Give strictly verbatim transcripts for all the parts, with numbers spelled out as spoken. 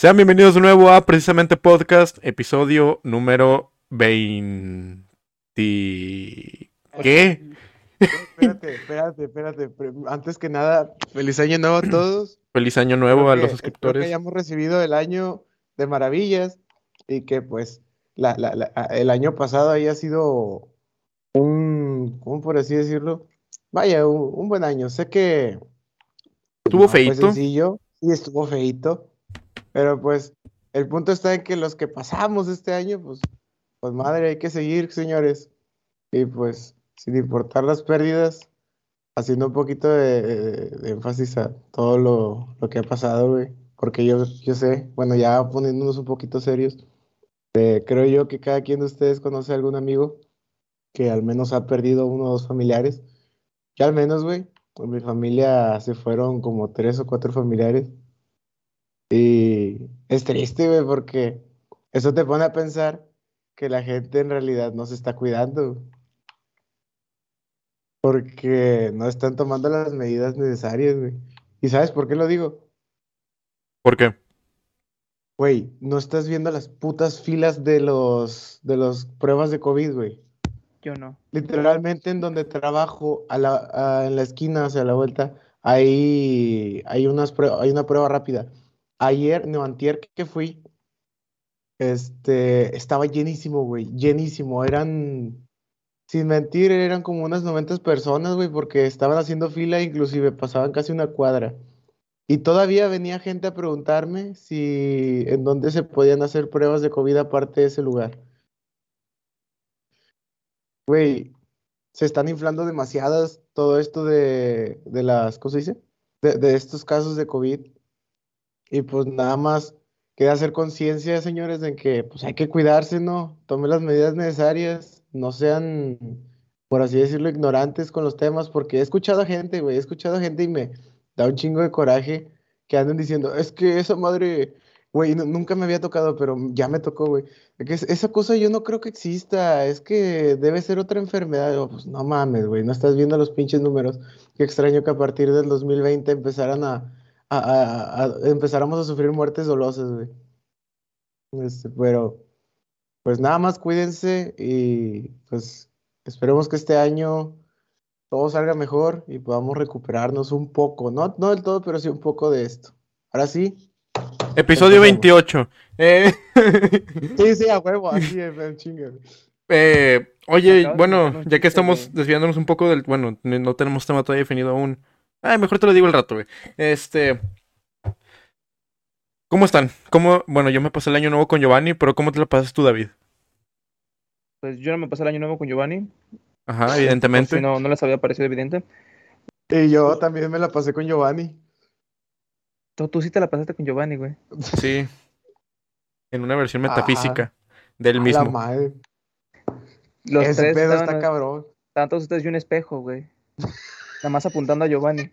Sean bienvenidos de nuevo a Precisamente Podcast, episodio número veinte. ¿Qué? Espérate, espérate, espérate. Pre- Antes que nada, feliz año nuevo a todos. Feliz año Espero nuevo a los que, espero que suscriptores. hayamos recibido el año de maravillas y que pues la, la- la- a- el año pasado haya sido un, ¿cómo por así decirlo? Vaya, un, un buen año. Sé que pues, Estuvo no fue feíto. sencillo y estuvo feíto, pero pues el punto está en que los que pasamos este año, pues, pues madre, hay que seguir, señores. Y pues, sin importar las pérdidas. Haciendo un poquito de, de- de énfasis a todo lo, lo que ha pasado, güey. Porque yo, yo sé, bueno, ya poniéndonos un poquito serios, eh, creo yo que cada quien de ustedes conoce a algún amigo que al menos ha perdido uno o dos familiares. Ya al menos, güey, en mi familia se fueron como tres o cuatro familiares. Y es triste, güey, porque eso te pone a pensar que la gente en realidad no se está cuidando, porque no están tomando las medidas necesarias, güey. ¿Y sabes por qué lo digo? ¿Por qué? Güey, no estás viendo las putas filas de los de las pruebas de COVID, güey. Yo no. Literalmente en donde trabajo, a la, a- en la esquina, hacia la vuelta, hay, hay unas prue- hay una prueba rápida. Ayer, no, antier que fui, este, estaba llenísimo, güey, llenísimo. Eran, sin mentir, eran como unas noventa personas, güey, porque estaban haciendo fila, inclusive pasaban casi una cuadra. Y todavía venía gente a preguntarme si en dónde se podían hacer pruebas de COVID aparte de ese lugar. Güey, se están inflando demasiadas todo esto de, de las, ¿cómo se dice? De, de estos casos de COVID. Y pues nada más queda hacer conciencia, señores, en que pues hay que cuidarse, ¿no? Tomen las medidas necesarias, no sean, por así decirlo, ignorantes con los temas, porque he escuchado a gente, güey, he escuchado a gente y me da un chingo de coraje que anden diciendo, es que esa madre, güey, nu- nunca me había tocado, pero ya me tocó, güey. Es que es- esa cosa yo no creo que exista, es que debe ser otra enfermedad. Digo, pues no mames, güey, no estás viendo los pinches números. Qué extraño que a partir del dos mil veinte empezaran a a, a- a- empezáramos a sufrir muertes dolosas, güey. Este, pero, pues nada más cuídense y pues esperemos que este año todo salga mejor y podamos recuperarnos un poco, no, no del todo, pero sí un poco de esto. Ahora sí, Episodio empecemos. veintiocho. Eh, Sí, sí, a huevo, así es, en chinga, güey. eh, Me oye, acabas de inventar bueno, un ya que chiste, estamos güey. desviándonos un poco del... Bueno, n- no tenemos tema todavía definido aún. Ah, mejor te lo digo el rato, güey. Este... ¿Cómo están? ¿Cómo... Bueno, yo me pasé el año nuevo con Giovanni, pero ¿cómo te lo pasas tú, David? Pues yo no me pasé el año nuevo con Giovanni, Ajá, este, por si evidentemente. no, no les había parecido evidente. Y yo Tú, también me la pasé con Giovanni. tú, tú sí te la pasaste con Giovanni, güey. Sí, en una versión Ajá, metafísica del a la mismo. madre. Los Ese tres pedo estaban, está estaban cabrón. todos ustedes y un espejo, güey. Nada más apuntando a Giovanni.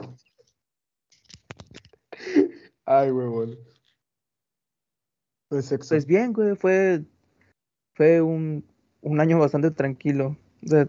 Ay, huevón. El Pues sexo. bien, güey, fue, fue un, un año bastante tranquilo. O sea,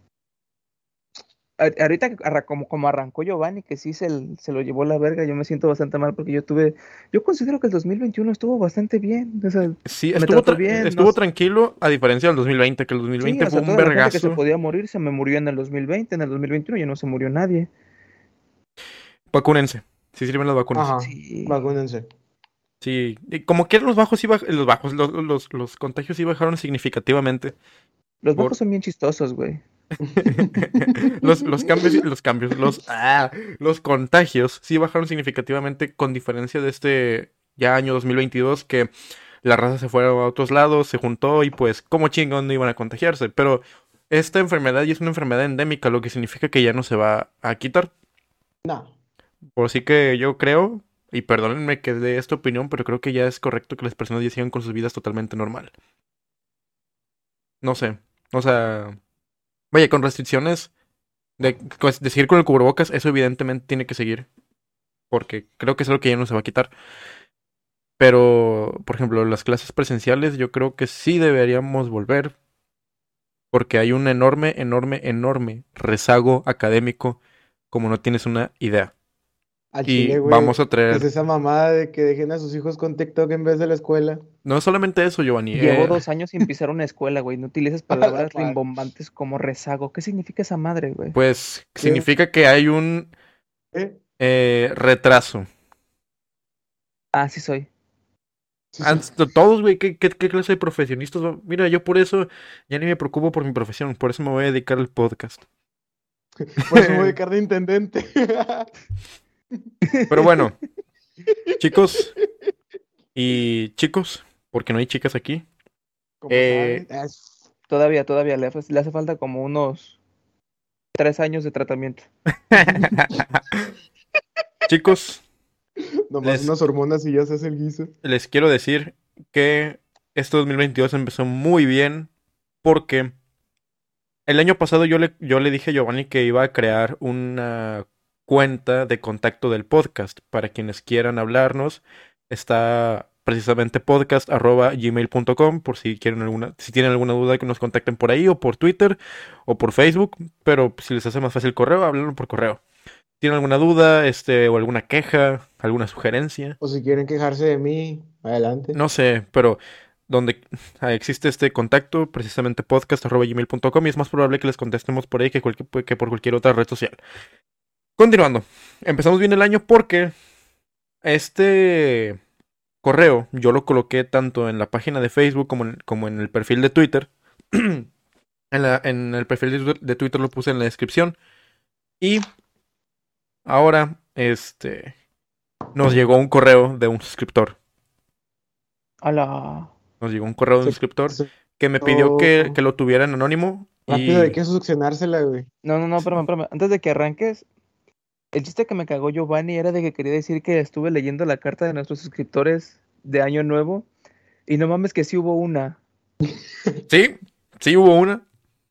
a- ahorita que arra- como, como arrancó Giovanni, que sí se, l- se lo llevó la verga, yo me siento bastante mal porque yo tuve, yo considero que el dos mil veintiuno estuvo bastante bien, o sea, Sí, me estuvo, trató tra- bien, no, estuvo tranquilo a diferencia del dos mil veinte, que el dos mil sí, veinte o fue sea, un toda la gente que se vergazo. podía morir se me murió en el dos mil veinte, en el dos mil veintiuno ya no se murió nadie. Vacúnense. Sí sirven las vacunas. Ajá, Sí, vacúnense. Sí, y como que los bajos sí baj- los bajos, los, los, los contagios sí bajaron significativamente. los bajos Por son bien chistosos, güey. los, los cambios, los cambios, los, ah, los contagios sí bajaron significativamente con diferencia de este ya año dos mil veintidós que la raza se fue a otros lados, se juntó y pues como chingón no iban a contagiarse. Pero esta enfermedad ya es una enfermedad endémica, lo que significa que ya no se va a quitar. No. Por sí que yo creo, y perdónenme que dé esta opinión, pero creo que ya es correcto que las personas ya sigan con sus vidas totalmente normal. No sé. O sea, vaya, con restricciones de, pues, de seguir con el cubrebocas, eso evidentemente tiene que seguir. Porque creo que es algo que ya no se va a quitar. Pero, por ejemplo, las clases presenciales yo creo que sí deberíamos volver. Porque hay un enorme, enorme, enorme rezago académico como no tienes una idea. Al Y chile, güey. vamos a Es traer... esa mamada de que dejen a sus hijos con TikTok en vez de la escuela. No solamente eso, Giovanni. Llevo eh, dos años sin pisar una escuela, güey. No utilices A la palabras madre. rimbombantes como rezago. ¿Qué significa esa madre, güey? pues ¿Qué? significa que hay un ¿Eh? eh, retraso. Ah, sí soy. Sí, Ah, sí. t- Todos, güey, ¿qué, qué, qué clase de profesionistas? va- Mira, yo por eso ya ni me preocupo por mi profesión, por eso me voy a dedicar al podcast. Por eso me voy a dedicar de intendente. Pero bueno, chicos y chicos, porque no hay chicas aquí. Como Eh, saben, es- Todavía, todavía. Le, hace- le hace falta como unos tres años de tratamiento. chicos, nomás les, unas hormonas y ya se hace el guiso. les quiero decir que este dos mil veintidós empezó muy bien porque el año pasado yo le, yo le dije a Giovanni que iba a crear una cuenta de contacto del podcast para quienes quieran hablarnos. Está precisamente podcast arroba gmail punto com por si quieren alguna, si tienen alguna duda que nos contacten por ahí o por Twitter o por Facebook, pero si les hace más fácil correo, háblenlo por correo. ¿Tienen alguna duda, este, o alguna queja, alguna sugerencia? O si quieren quejarse de mí, adelante. No sé, pero donde ah, existe este contacto, precisamente podcast arroba gmail punto com, y es más probable que les contestemos por ahí que, cualquier- que por cualquier otra red social. Continuando, empezamos bien el año porque este correo yo lo coloqué tanto en la página de Facebook como en, como en el perfil de Twitter. En, la- en el perfil de, Twitter- de Twitter lo puse en la descripción. Y ahora, este, nos llegó un correo de un suscriptor. Hola. Nos llegó un correo de un Se- suscriptor se- que me pidió que, oh, que lo tuviera en anónimo. rápido, hay Y que succionársela, güey. No, no, no, espérame, espérame. Antes de que arranques, el chiste que me cagó Giovanni era de que quería decir que estuve leyendo la carta de nuestros suscriptores de Año Nuevo. Y no mames que sí hubo una. sí, sí hubo una.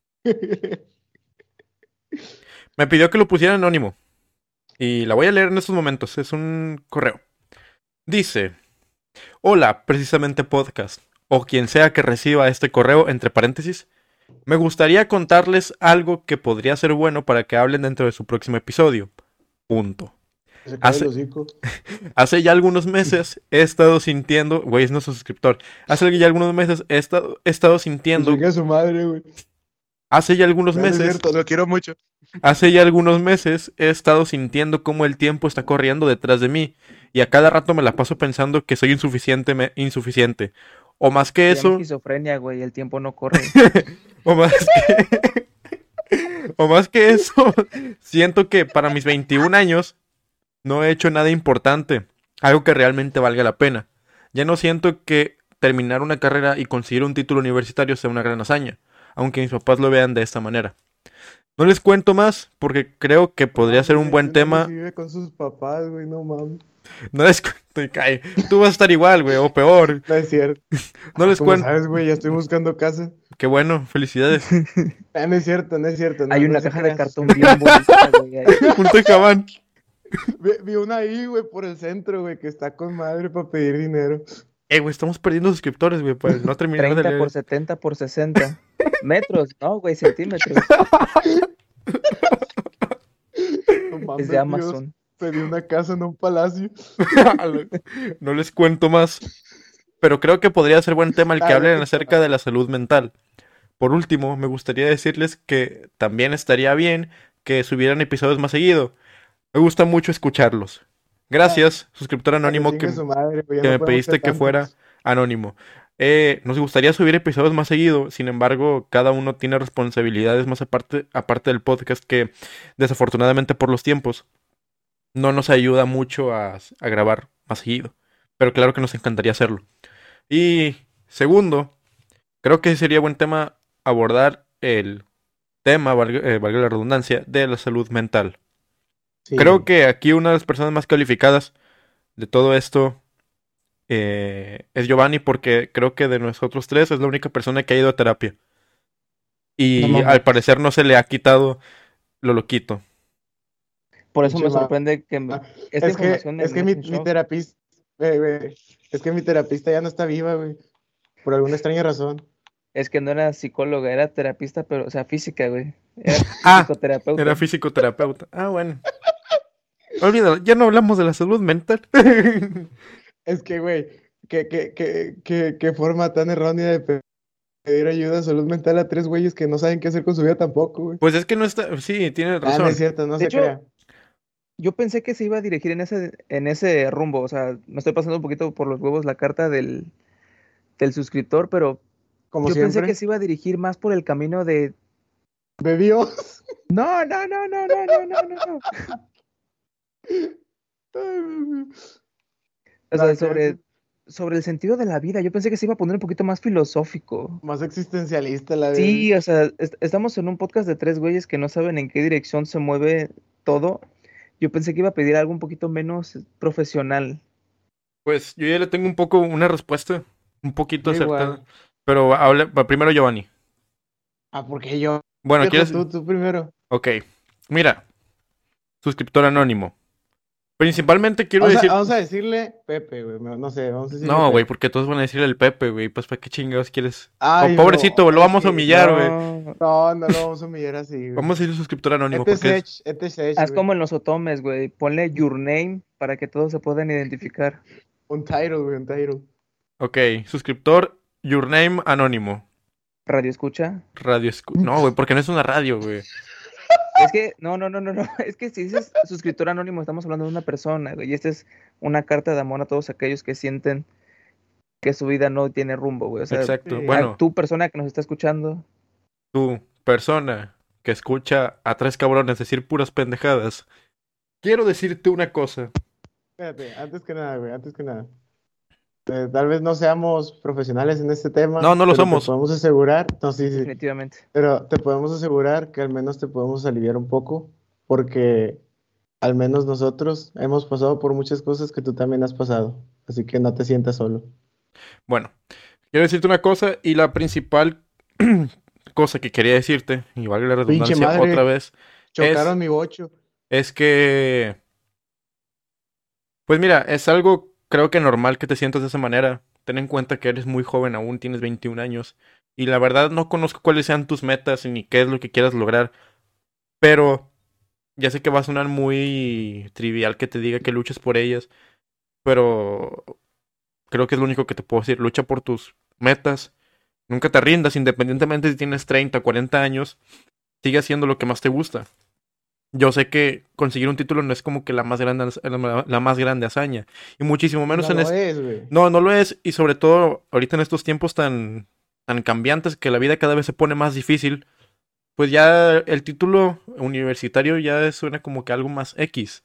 Me pidió que lo pusiera en anónimo. Y la voy a leer en estos momentos. Es un correo. Dice: Hola, precisamente podcast. O quien sea que reciba este correo, entre paréntesis. Me gustaría contarles algo que podría ser bueno para que hablen dentro de su próximo episodio. Punto. Se cae Hace, el hocico. hace ya algunos meses he estado sintiendo. Güey, es nuestro suscriptor. Hace ya algunos meses he estado, he estado Pues sintiendo. oiga a su madre, güey. Hace ya algunos No, no es meses. cierto, lo quiero mucho. Hace ya algunos meses he estado sintiendo cómo el tiempo está corriendo detrás de mí. Y a cada rato me la paso pensando que soy insuficiente, me- insuficiente. O más que Se llama eso. esquizofrenia, güey. El tiempo no corre. O más que. O más que eso. Siento que para mis veintiún años no he hecho nada importante. Algo que realmente valga la pena. Ya no siento que terminar una carrera y conseguir un título universitario sea una gran hazaña. Aunque mis papás lo vean de esta manera. No les cuento más porque creo que podría ser un buen tema. Vive con sus papás, güey, no mames. No les cuento y cae. Tú vas a estar igual, güey, o peor. No es cierto. No les Como cuento. sabes, güey, ya estoy buscando casa. Qué bueno, felicidades. Ah, no es cierto, no es cierto. No, Hay no una se caja de creas. cartón bien bonita, güey. ahí. Un tejabán. Vi, vi una ahí, güey, por el centro, güey, que está con madre para pedir dinero. Eh, güey, estamos perdiendo suscriptores, güey, para no terminar de treinta leer. por setenta por sesenta. Metros, no, güey, centímetros. No mames, Es de Dios, Amazon. pedí una casa, no un palacio. No les cuento más. Pero creo que podría ser buen tema el que Ah, hablen no. acerca de la salud mental. Por último, me gustaría decirles que también estaría bien que subieran episodios más seguido. Me gusta mucho escucharlos. Gracias, suscriptor anónimo, que, Chingue su madre, güey, ya que no me podemos pediste ser que fuera tantos. anónimo. Eh, nos gustaría subir episodios más seguido, sin embargo, cada uno tiene responsabilidades más aparte, aparte del podcast que, desafortunadamente por los tiempos, no nos ayuda mucho a, a grabar más seguido. Pero claro que nos encantaría hacerlo. Y segundo, creo que sería buen tema abordar el tema, valga, eh, valga la redundancia, de la salud mental. Sí. Creo que aquí una de las personas más calificadas de todo esto eh, es Giovanni, porque creo que de nosotros tres es la única persona que ha ido a terapia. Y No mames. al parecer no se le ha quitado lo loquito. Por eso me Pinche ma- sorprende que me- Ah, esta Es que, información es me que es mi, un mi shock. terapista, güey, güey, es que mi terapista ya no está viva, güey, por alguna extraña razón. Es que no era psicóloga, era terapista, pero, o sea, física, güey. Era Ah, psicoterapeuta. era fisioterapeuta. Ah, bueno. Olvídalo, ya no hablamos de la salud mental. Es que, güey, qué, qué, qué, qué, qué forma tan errónea de pe- pedir ayuda a salud mental a tres güeyes que no saben qué hacer con su vida tampoco, güey. Pues es que no está, sí, tienes Ah, no es razón. cierto, no De se hecho, crea. yo pensé que se iba a dirigir en ese, en ese rumbo. O sea, me estoy pasando un poquito por los huevos la carta del, del suscriptor, pero Como yo pensé que siempre, se iba a dirigir más por el camino de. bebió. No, no, no, no, no, no, no, no, no. O No, sea, que sobre, sobre el sentido de la vida. Yo pensé que se iba a poner un poquito más filosófico. más existencialista la verga. Sí, o sea, est- estamos en un podcast de tres güeyes que no saben en qué dirección se mueve todo. Yo pensé que iba a pedir algo un poquito menos profesional. Pues yo ya le tengo un poco una respuesta, un poquito Yo acertada. igual. Pero hable, va, primero Giovanni. Ah, porque yo. Bueno, Dejo ¿quieres? tú, tú primero. Ok. Mira, suscriptor anónimo. Principalmente quiero Vamos a, decir. vamos a decirle Pepe, güey. No no sé, vamos a decirle No, güey, Pepe. porque todos van a decirle el Pepe, güey. Pues, ¿para qué chingados quieres? Oh, Ay, pobrecito, no, lo es vamos a que. humillar, güey. No, No, no lo vamos a humillar así, güey. Vamos a decirle suscriptor anónimo Este es porque es. Edge, este es Edge, haz güey. como en los otomes, güey. Ponle your name para que todos se puedan identificar. Un title, güey, un title. Ok, suscriptor, your name anónimo. Radio escucha. Radio escu- No, güey, porque no es una radio, güey. Es que, no, no, no, no, no. Es que si dices suscriptor anónimo, estamos hablando de una persona, güey. Y esta es una carta de amor a todos aquellos que sienten que su vida no tiene rumbo, güey. O sea, Exacto. Sí. a Bueno, tu persona que nos está escuchando, tú, persona que escucha a tres cabrones decir puras pendejadas, quiero decirte una cosa. Espérate, antes que nada, güey, antes que nada. Eh, tal vez no seamos profesionales en este tema, No, no lo pero somos. te podemos asegurar, no, sí, sí, definitivamente. pero te podemos asegurar que al menos te podemos aliviar un poco, porque al menos nosotros hemos pasado por muchas cosas que tú también has pasado, así que no te sientas solo. Bueno, quiero decirte una cosa y la principal cosa que quería decirte, y valga la Pinche redundancia madre, otra vez, chocaron es, mi bocho. es que, pues mira, es algo creo que normal que te sientas de esa manera. Ten en cuenta que eres muy joven aún, tienes veintiún años, y la verdad no conozco cuáles sean tus metas ni qué es lo que quieras lograr, pero ya sé que va a sonar muy trivial que te diga que luches por ellas, pero creo que es lo único que te puedo decir. Lucha por tus metas. Nunca te rindas, independientemente si tienes treinta, cuarenta años. Sigue haciendo lo que más te gusta. Yo sé que conseguir un título no es como que la más grande, la, la más grande hazaña. Y muchísimo menos No en lo este... es, güey. No, no lo es. Y sobre todo ahorita en estos tiempos tan, tan cambiantes que la vida cada vez se pone más difícil. Pues ya el título universitario ya suena como que algo más X.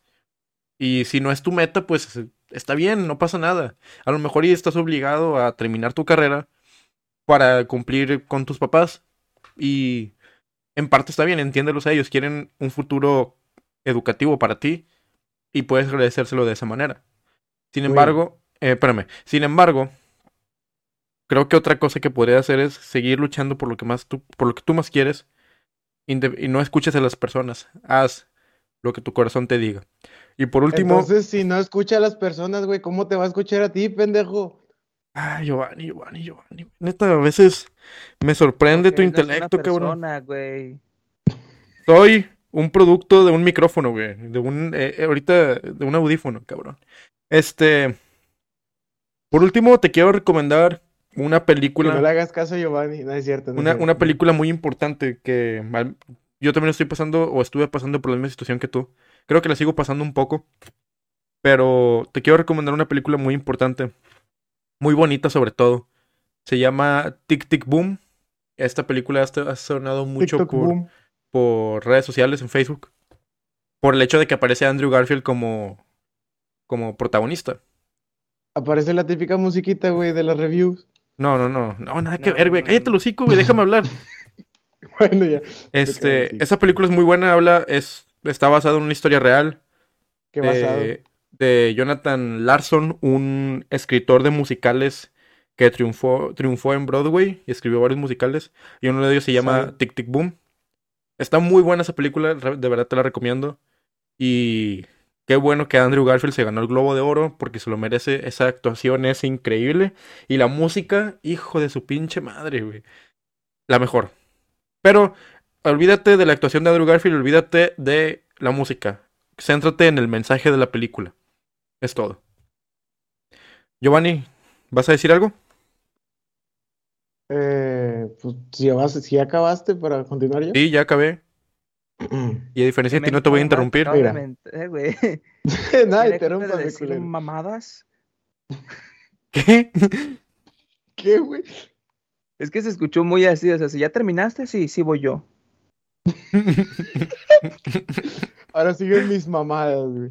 Y si no es tu meta, pues está bien, no pasa nada. A lo mejor y estás obligado a terminar tu carrera para cumplir con tus papás. Y en parte está bien, entiéndelos a ellos. Quieren un futuro educativo para ti y puedes agradecérselo de esa manera. Sin Güey. embargo, eh, espérame. Sin embargo, creo que otra cosa que podría hacer es seguir luchando por lo que más tú, por lo que tú más quieres inde- y no escuches a las personas. Haz lo que tu corazón te diga. Y por último, Entonces, si no escucha a las personas, güey, ¿cómo te va a escuchar a ti, pendejo? ah, Giovanni, Giovanni, Giovanni. Neta, a veces me sorprende tu Porque no es una intelecto, cabrón. persona, güey. Soy un producto de un micrófono, güey. De un, eh, eh, ahorita, de un audífono, cabrón. Este, por último, te quiero recomendar una Que no película, le hagas caso a Giovanni, no es cierto, no es una, cierto. una película muy importante que mal- yo también estoy pasando o estuve pasando por la misma situación que tú. Creo que la sigo pasando un poco, pero te quiero recomendar una película muy importante, muy bonita sobre todo. Se llama Tic Tic Boom. Esta película ha ha sonado mucho TikTok por, boom. por redes sociales en Facebook. Por el hecho de que aparece Andrew Garfield como, como protagonista. Aparece la típica musiquita, güey, de las reviews. No, no, no. No, nada que No, ver, güey. no, Cállate no. el hocico, güey. Déjame hablar. Bueno, ya. Este, Sí. esa película es muy buena. Habla, es, está basada en una historia real Qué basado. de, de Jonathan Larson, un escritor de musicales que triunfó, triunfó en Broadway y escribió varios musicales. Y uno de ellos se llama Sabe. Tic Tic Boom. Está muy buena esa película, re- de verdad te la recomiendo. Y qué bueno que Andrew Garfield se ganó el Globo de Oro porque se lo merece. Esa actuación es increíble. Y la música, hijo de su pinche madre, güey. La mejor. Pero olvídate de la actuación de Andrew Garfield, olvídate de la música. céntrate en el mensaje de la película. Es todo. Giovanni, ¿vas a decir algo? Eh, pues si, vas, si ya acabaste para continuar yo. Sí, ya acabé. Y a diferencia Qué de ti no te voy a mentada madre te interrumpir. acabas de Mira. mentar, güey. Nada, ¿Tiene culpa de interrúmpame, decir culero. mamadas? ¿Qué? ¿Qué, güey? Es que se escuchó muy así, o sea, si ya terminaste, sí, sí voy yo. Ahora siguen mis mamadas, güey.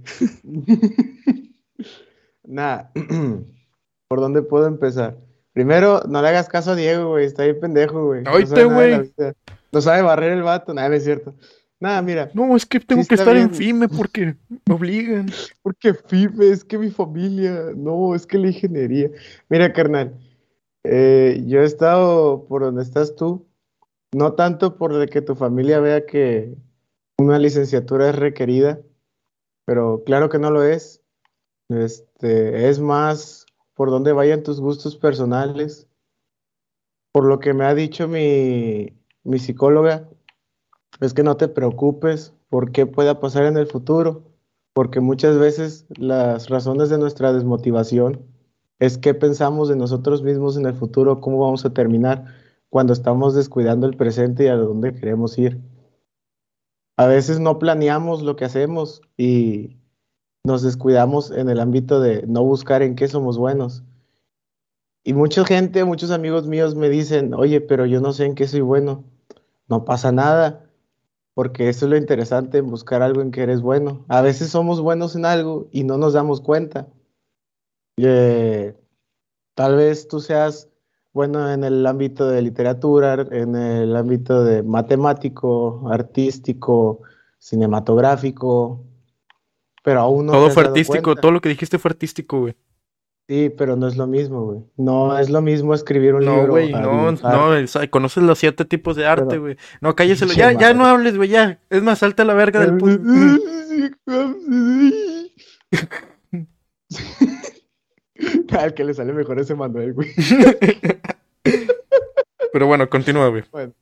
Nada. ¿Por dónde puedo empezar? Primero, no le hagas caso a Diego, güey. Está bien pendejo, güey. No Oíte, sabe nada de la güey. vida. No sabe barrer el vato. Nada, no es cierto. Nada, mira. No, es que Sí tengo que está estar en bien. FIME porque me obligan. Porque FIFE, es que mi familia. No, es que la ingeniería. Mira, carnal. eh, yo he estado por donde estás tú. No tanto por de que tu familia vea que una licenciatura es requerida, pero claro que no lo es. Este, es más por dónde vayan tus gustos personales. Por lo que me ha dicho mi, mi psicóloga, es que no te preocupes por qué pueda pasar en el futuro, porque muchas veces las razones de nuestra desmotivación es qué pensamos de nosotros mismos en el futuro, cómo vamos a terminar cuando estamos descuidando el presente y a dónde queremos ir. A veces no planeamos lo que hacemos y nos descuidamos en el ámbito de no buscar en qué somos buenos. Y mucha gente, muchos amigos míos me dicen, oye, pero yo no sé en qué soy bueno. No pasa nada, porque eso es lo interesante en buscar algo en que eres bueno. A veces somos buenos en algo y no nos damos cuenta. Eh, Tal vez tú seas bueno en el ámbito de literatura, en el ámbito de matemático, artístico, cinematográfico, pero aún no Todo te has fue dado artístico, cuenta. todo lo que dijiste fue artístico, güey. Sí, pero no es lo mismo, güey. No es lo mismo escribir un No, libro güey, a no, dibujar, no, es- ay, conoces los siete tipos de arte, pero güey. No, cálleselo, pinche ya, ya no madre. hables, güey, ya. Es más, salta a la verga del podcast. Al que le sale mejor ese Manuel, güey. Pero bueno, continúa, güey. Bueno,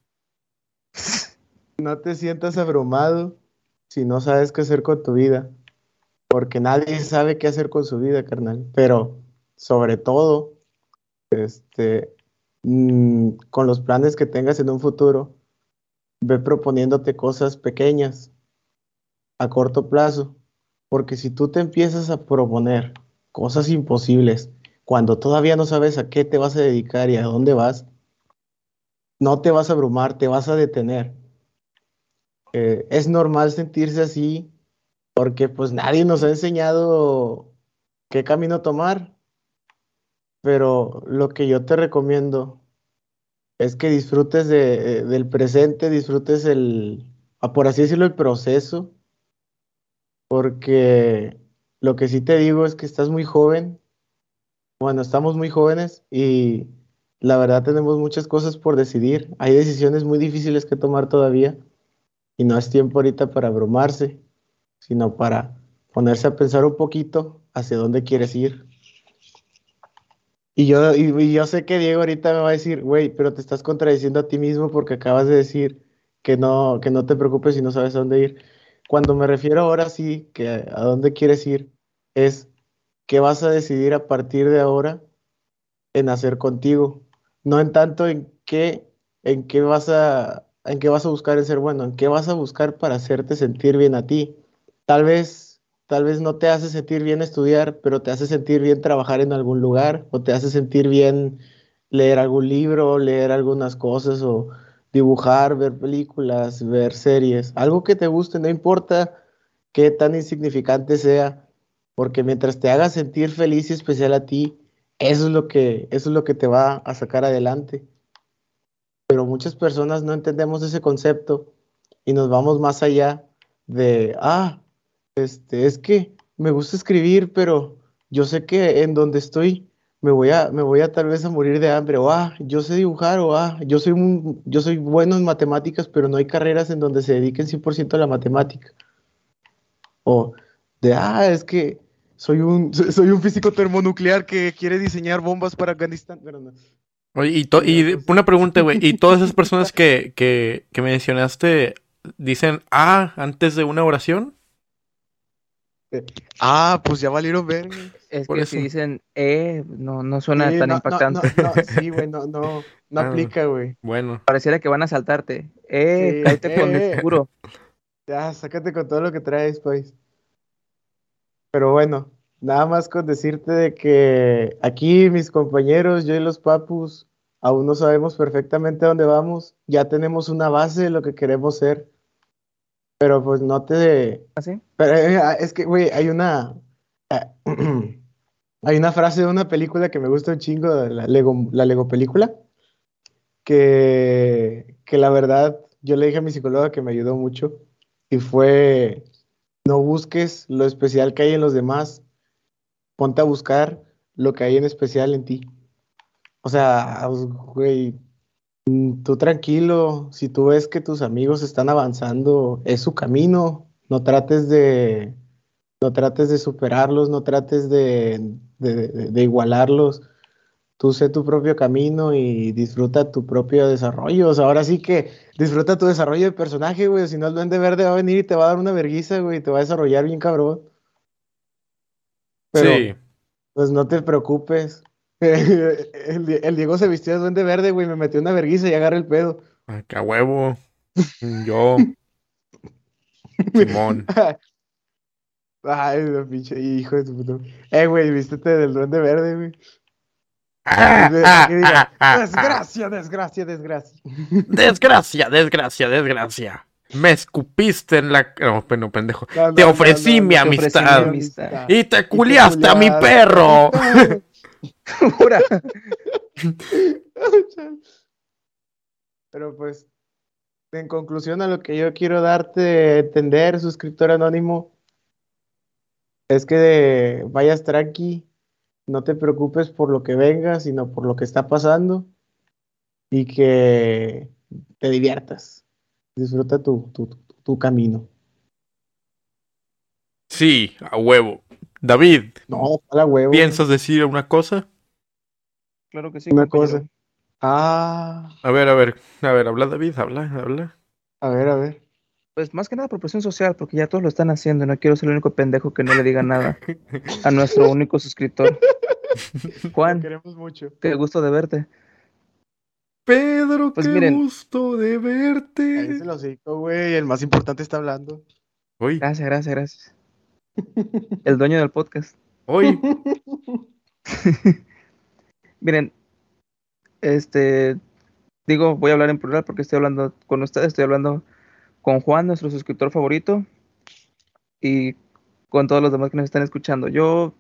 no te sientas abrumado si no sabes qué hacer con tu vida, porque nadie sabe qué hacer con su vida, carnal. Pero sobre todo, este, mm, con los planes que tengas en un futuro, ve proponiéndote cosas pequeñas a corto plazo, porque si tú te empiezas a proponer cosas imposibles cuando todavía no sabes a qué te vas a dedicar y a dónde vas, no te vas a abrumar, te vas a detener. Eh, es normal sentirse así porque pues nadie nos ha enseñado qué camino tomar, pero lo que yo te recomiendo es que disfrutes de, eh, del presente, disfrutes el, ah, por así decirlo, el proceso, porque lo que sí te digo es que estás muy joven. Bueno, estamos muy jóvenes y la verdad tenemos muchas cosas por decidir. Hay decisiones muy difíciles que tomar todavía y no es tiempo ahorita para abrumarse, sino para ponerse a pensar un poquito hacia dónde quieres ir. Y yo, y, y yo sé que Diego ahorita me va a decir, güey, pero te estás contradiciendo a ti mismo porque acabas de decir que no, que no te preocupes si no sabes a dónde ir. Cuando me refiero ahora sí que a, a dónde quieres ir, es qué vas a decidir a partir de ahora en hacer contigo, no en tanto en qué, en qué vas a, en qué vas a buscar en ser bueno, en qué vas a buscar para hacerte sentir bien a ti. Tal vez, tal vez no te hace sentir bien estudiar, pero te hace sentir bien trabajar en algún lugar, o te hace sentir bien leer algún libro, leer algunas cosas, o dibujar, ver películas, ver series, algo que te guste, no importa qué tan insignificante sea, porque mientras te haga sentir feliz y especial a ti, eso es lo que, eso es lo que te va a sacar adelante. Pero muchas personas no entendemos ese concepto y nos vamos más allá de, ah, este, es que me gusta escribir, pero yo sé que en donde estoy me voy a, me voy a tal vez a morir de hambre, o ah, yo sé dibujar, o ah, yo soy un, yo soy bueno en matemáticas, pero no hay carreras en donde se dediquen cien por ciento a la matemática. O de, ah, es que soy un, soy un físico termonuclear que quiere diseñar bombas para Afganistán. Pero no. Oye, y, to- Mira, y pues, una pregunta, güey. ¿Y todas esas personas que, que, que mencionaste dicen ah antes de una oración? Ah, pues ya valieron verga. Es Por que eso. si dicen eh, no, no suena Sí, tan no, no, no, impactante. no, sí, güey, no, no, no Ah, aplica, güey. bueno. Pareciera que van a saltarte. Sí, Eh, eh, cállate con el eh, seguro. ya, sácate con todo lo que traes, pues. Pero bueno, nada más con decirte de que aquí mis compañeros, yo y los papus, aún no sabemos perfectamente a dónde vamos. Ya tenemos una base de lo que queremos ser, pero pues no te... ¿Así? Pero eh, ah, es que, güey, hay una... ah, hay una frase de una película que me gusta un chingo, de la Lego, la Lego película, que, que la verdad yo le dije a mi psicóloga que me ayudó mucho y fue, no busques lo especial que hay en los demás, ponte a buscar lo que hay en especial en ti. O sea, pues, güey, tú tranquilo, si tú ves que tus amigos están avanzando, es su camino, no trates de, no trates de superarlos, no trates de, de, de- de igualarlos. Tú sé tu propio camino y disfruta tu propio desarrollo. O sea, ahora sí que disfruta tu desarrollo de personaje, güey. Si no, el Duende Verde va a venir y te va a dar una vergüenza, güey, y te va a desarrollar bien cabrón. Sí. Pero, pues no te preocupes. El, Die- el Diego se vistió de Duende Verde, güey, me metió una vergüenza y agarra el pedo. Acá huevo. Yo, Simón. Ay, no, pinche hijo de tu puto. Eh, güey, vístete del Duende Verde, güey. Ah, De- Para que ah, diga, ah, ah, ah. desgracia, desgracia, desgracia. Desgracia, desgracia, desgracia. Me escupiste en la... No, pe- no, pendejo. No, Te no, no, ofrecí no, mi Te no. ofrecí mi Mi amistad. amistad. amistad. Y te Y te culiaste a mi culiaste a mi perro. perro. Pura. Pero pues, en conclusión a lo que yo quiero darte a entender, suscriptor anónimo, es que vayas tranqui, no te preocupes por lo que venga, sino por lo que está pasando y que te diviertas. Disfruta tu, tu, tu, tu camino. Sí, a huevo. David, No, para huevo, güey. ¿piensas decir una cosa? Claro que sí, Una cosa. compañero. Ah, A ver, a ver, a ver, habla David, habla, habla. a ver, a ver. Pues más que nada por presión social, porque ya todos lo están haciendo y no quiero ser el único pendejo que no le diga nada a nuestro único suscriptor. Lo Juan, queremos mucho. qué gusto de verte. Pedro, Pues qué miren, gusto de Ahí se verte. lo hocico, güey. El más importante está hablando. Hoy, gracias, gracias, gracias. El dueño del podcast. hoy. Miren, este, digo, voy a hablar en plural porque estoy hablando con ustedes, estoy hablando con Juan, nuestro suscriptor favorito, y con todos los demás que nos están escuchando. Yo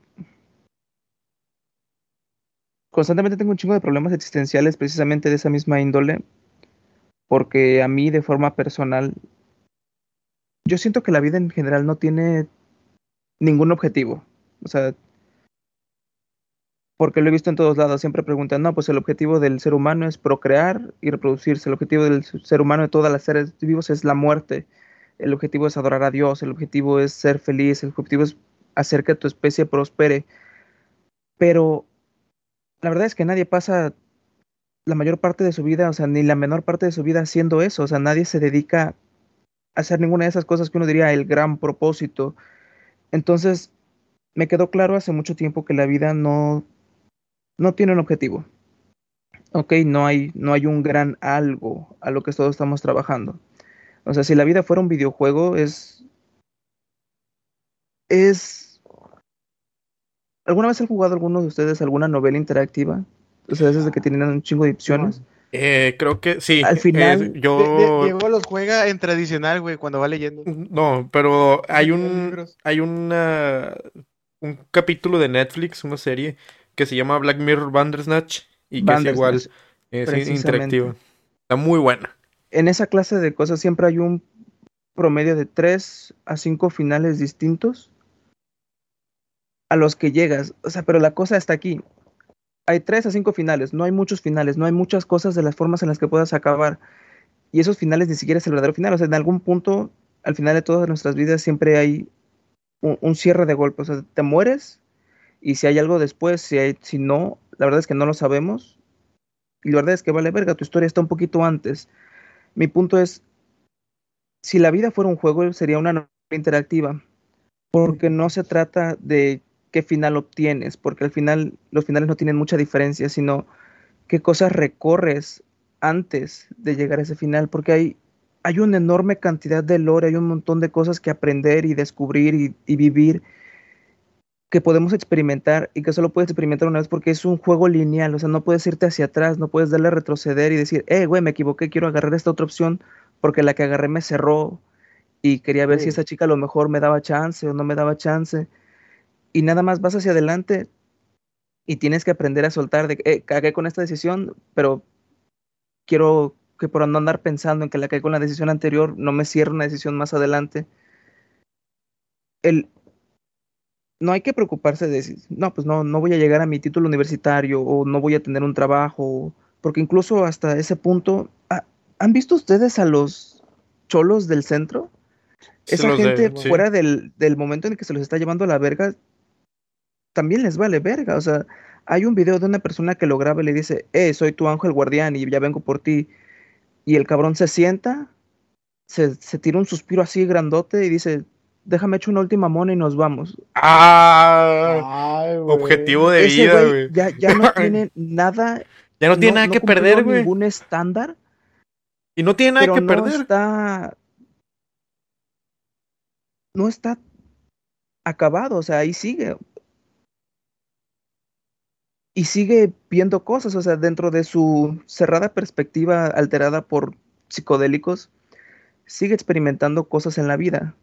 constantemente tengo un chingo de problemas existenciales precisamente de esa misma índole, porque a mí de forma personal, yo siento que la vida en general no tiene ningún objetivo. O sea, porque lo he visto en todos lados, siempre preguntan, no, pues el objetivo del ser humano es procrear y reproducirse, el objetivo del ser humano de todas las seres vivos es la muerte, el objetivo es adorar a Dios, el objetivo es ser feliz, el objetivo es hacer que tu especie prospere, pero la verdad es que nadie pasa la mayor parte de su vida, o sea, ni la menor parte de su vida haciendo eso, o sea, nadie se dedica a hacer ninguna de esas cosas que uno diría el gran propósito. Entonces, me quedó claro hace mucho tiempo que la vida no, no tiene un objetivo. Ok, no hay, no hay un gran algo a lo que todos estamos trabajando. O sea, si la vida fuera un videojuego, es, es... ¿Alguna vez han jugado alguno de ustedes alguna novela interactiva? O sea, esas de que tienen un chingo de opciones. Simón. Eh, creo que sí. Al eh, final, Die- Die- yo Diego los juega en tradicional, güey, cuando va leyendo. no, pero No se hay lee un libros. hay una un capítulo de Netflix, una serie que se llama Black Mirror Bandersnatch y que es igual, Bandersnatch, es in- interactiva. precisamente. Está muy buena. En esa clase de cosas siempre hay un promedio de tres a cinco finales distintos a los que llegas. O sea, pero la cosa está aquí. Hay tres a cinco finales, no hay muchos finales, no hay muchas cosas de las formas en las que puedas acabar. Y esos finales ni siquiera es el verdadero final. O sea, en algún punto, al final de todas nuestras vidas, siempre hay un, un cierre de golpe. O sea, te mueres y si hay algo después, si, hay, si no, la verdad es que no lo sabemos. Y la verdad es que vale verga, tu historia está un poquito antes. Mi punto es, si la vida fuera un juego, sería una novela interactiva. porque no se trata de qué final obtienes, porque al final los finales no tienen mucha diferencia, sino qué cosas recorres antes de llegar a ese final, porque hay, hay una enorme cantidad de lore, hay un montón de cosas que aprender y descubrir y, y vivir que podemos experimentar y que solo puedes experimentar una vez porque es un juego lineal, o sea, no puedes irte hacia atrás, no puedes darle a retroceder y decir, eh, güey, me equivoqué, quiero agarrar esta otra opción porque la que agarré me cerró y quería ver si Güey, esa chica a lo mejor me daba chance o no me daba chance y nada más vas hacia adelante y tienes que aprender a soltar de, eh, cagué con esta decisión, pero quiero que por no andar pensando en que la cagué con la decisión anterior, no me cierre una decisión más adelante. El, no hay que preocuparse de decir, no, pues no, no voy a llegar a mi título universitario o no voy a tener un trabajo, porque incluso hasta ese punto, ¿ha- ¿han visto ustedes a los cholos del centro? Sí, Esa los de, gente Simón. sí. fuera del, del momento en el que se los está llevando a la verga, también les vale verga, o sea, hay un video de una persona que lo graba y le dice, eh, soy tu ángel guardián y ya vengo por ti, y el cabrón se sienta, se, se tira un suspiro así grandote y dice, déjame echar una última mona y nos vamos. Ah, Ay, objetivo güey. de Ese vida, güey güey. ya, ya no tiene nada, Ya no tiene no, nada no que cumplió perder, güey. ningún estándar, Y no tiene nada pero que no perder. está, no está acabado, o sea, ahí sigue. Y sigue viendo cosas, o sea, dentro de su cerrada perspectiva alterada por psicodélicos, sigue experimentando cosas en la vida.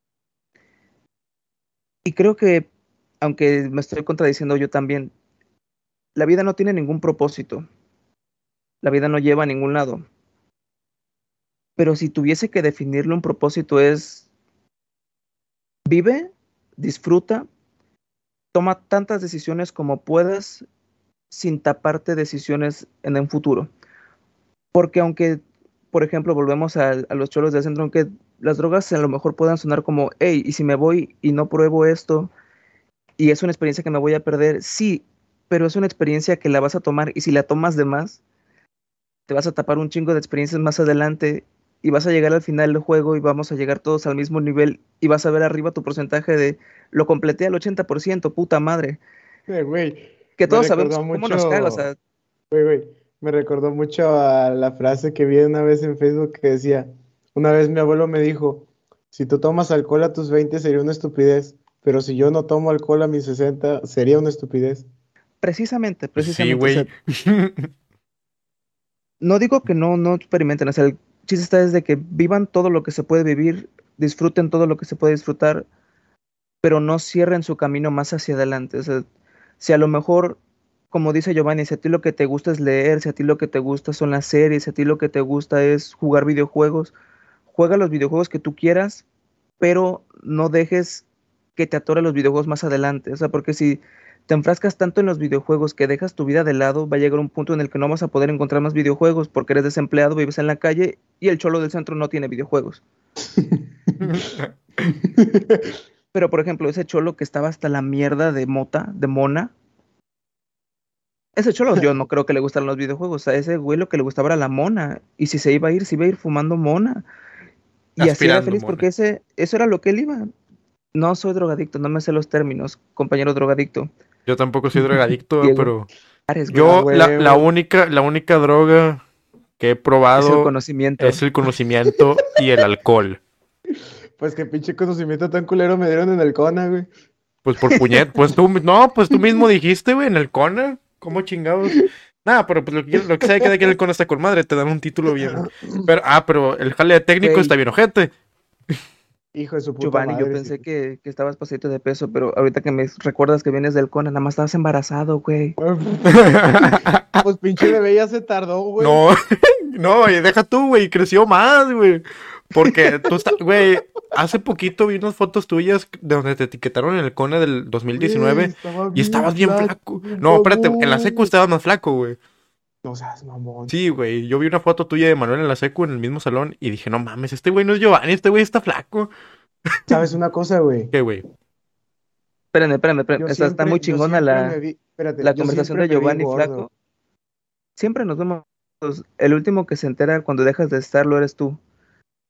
Y creo que, aunque me estoy contradiciendo yo también, la vida no tiene ningún propósito, la vida no lleva a ningún lado. Pero si tuviese que definirle un propósito es vive, disfruta, toma tantas decisiones como puedas sin taparte decisiones en el futuro. Porque aunque, por ejemplo, volvemos a, a los cholos del centro, aunque las drogas a lo mejor puedan sonar como, hey, y si me voy y no pruebo esto, y es una experiencia que me voy a perder, sí, pero es una experiencia que la vas a tomar y si la tomas de más, te vas a tapar un chingo de experiencias más adelante y vas a llegar al final del juego y vamos a llegar todos al mismo nivel y vas a ver arriba tu porcentaje de lo completé al ochenta por ciento, puta madre, Eh, Güey, que me todos sabemos recordó cómo nos caga, o sea, mucho, güey, güey, me recordó mucho a la frase que vi una vez en Facebook que decía, una vez mi abuelo me dijo, si tú tomas alcohol a tus veinte sería una estupidez, pero si yo no tomo alcohol a mis sesenta sería una estupidez. precisamente, Sí, precisamente, o sea, güey. no digo que no, no experimenten, o sea, el chiste está desde que vivan todo lo que se puede vivir, disfruten todo lo que se puede disfrutar, pero no cierren su camino más hacia adelante. O sea, si a lo mejor, como dice Giovanni, si a ti lo que te gusta es leer, si a ti lo que te gusta son las series, si a ti lo que te gusta es jugar videojuegos, juega los videojuegos que tú quieras, pero no dejes que te atore los videojuegos más adelante. O sea, porque si te enfrascas tanto en los videojuegos que dejas tu vida de lado, va a llegar un punto en el que no vas a poder encontrar más videojuegos porque eres desempleado, vives en la calle y el cholo del centro no tiene videojuegos. Pero, por ejemplo, ese cholo que estaba hasta la mierda de mota, de mona, ese cholo yo no creo que le gustaran los videojuegos. A ese güey lo que le gustaba era la mona. Y si se iba a ir, se iba a ir fumando mona. Y así era Aspirando, feliz porque mona. ese, eso era lo que él iba. No soy drogadicto, no me sé los términos, compañero drogadicto. Yo tampoco soy drogadicto, Diego, pero Ares, güey. A yo la, la huevo. única, la única droga que he Es el probado conocimiento. es el conocimiento y el alcohol. Pues qué pinche conocimiento tan culero me dieron en el Cona, güey. Pues por puñet, pues tú, no, pues tú mismo dijiste, güey, en el Cona. ¿Cómo chingados? Nada, pero pues lo que, lo que sabe que de que el Cona está con madre, te dan un título bien. Pero, ah, pero el jale técnico está Güey, bien ojete. Hijo de su puta Giovanni, yo madre, sí. pensé que, que estabas pasadito de peso, pero ahorita que me recuerdas que vienes del Conan, nada más estabas embarazado, güey. Pues pinche bebé ya se tardó, güey. No, no, güey, deja tú, güey, creció más, güey. Porque tú estás, güey, hace poquito vi unas fotos tuyas de donde te etiquetaron en el Cone del Güey, dos mil diecinueve estaba y bien estabas bien flaco, flaco. No, espérate, en la secu mamón. estabas más flaco, güey. No seas mamón. Sí, güey, yo vi una foto tuya de Manuel en la secu en el mismo salón y dije, no mames, este güey no es Giovanni, este güey está flaco. ¿Sabes una cosa, güey? ¿Qué, güey? Espérenme, espérenme, espérenme. Yo Está, está muy siempre, yo chingona siempre me la, vi, espérate, la yo conversación siempre de me vi Giovanni gordo. Flaco. Siempre nos vemos. El último que se entera cuando dejas de estarlo eres tú.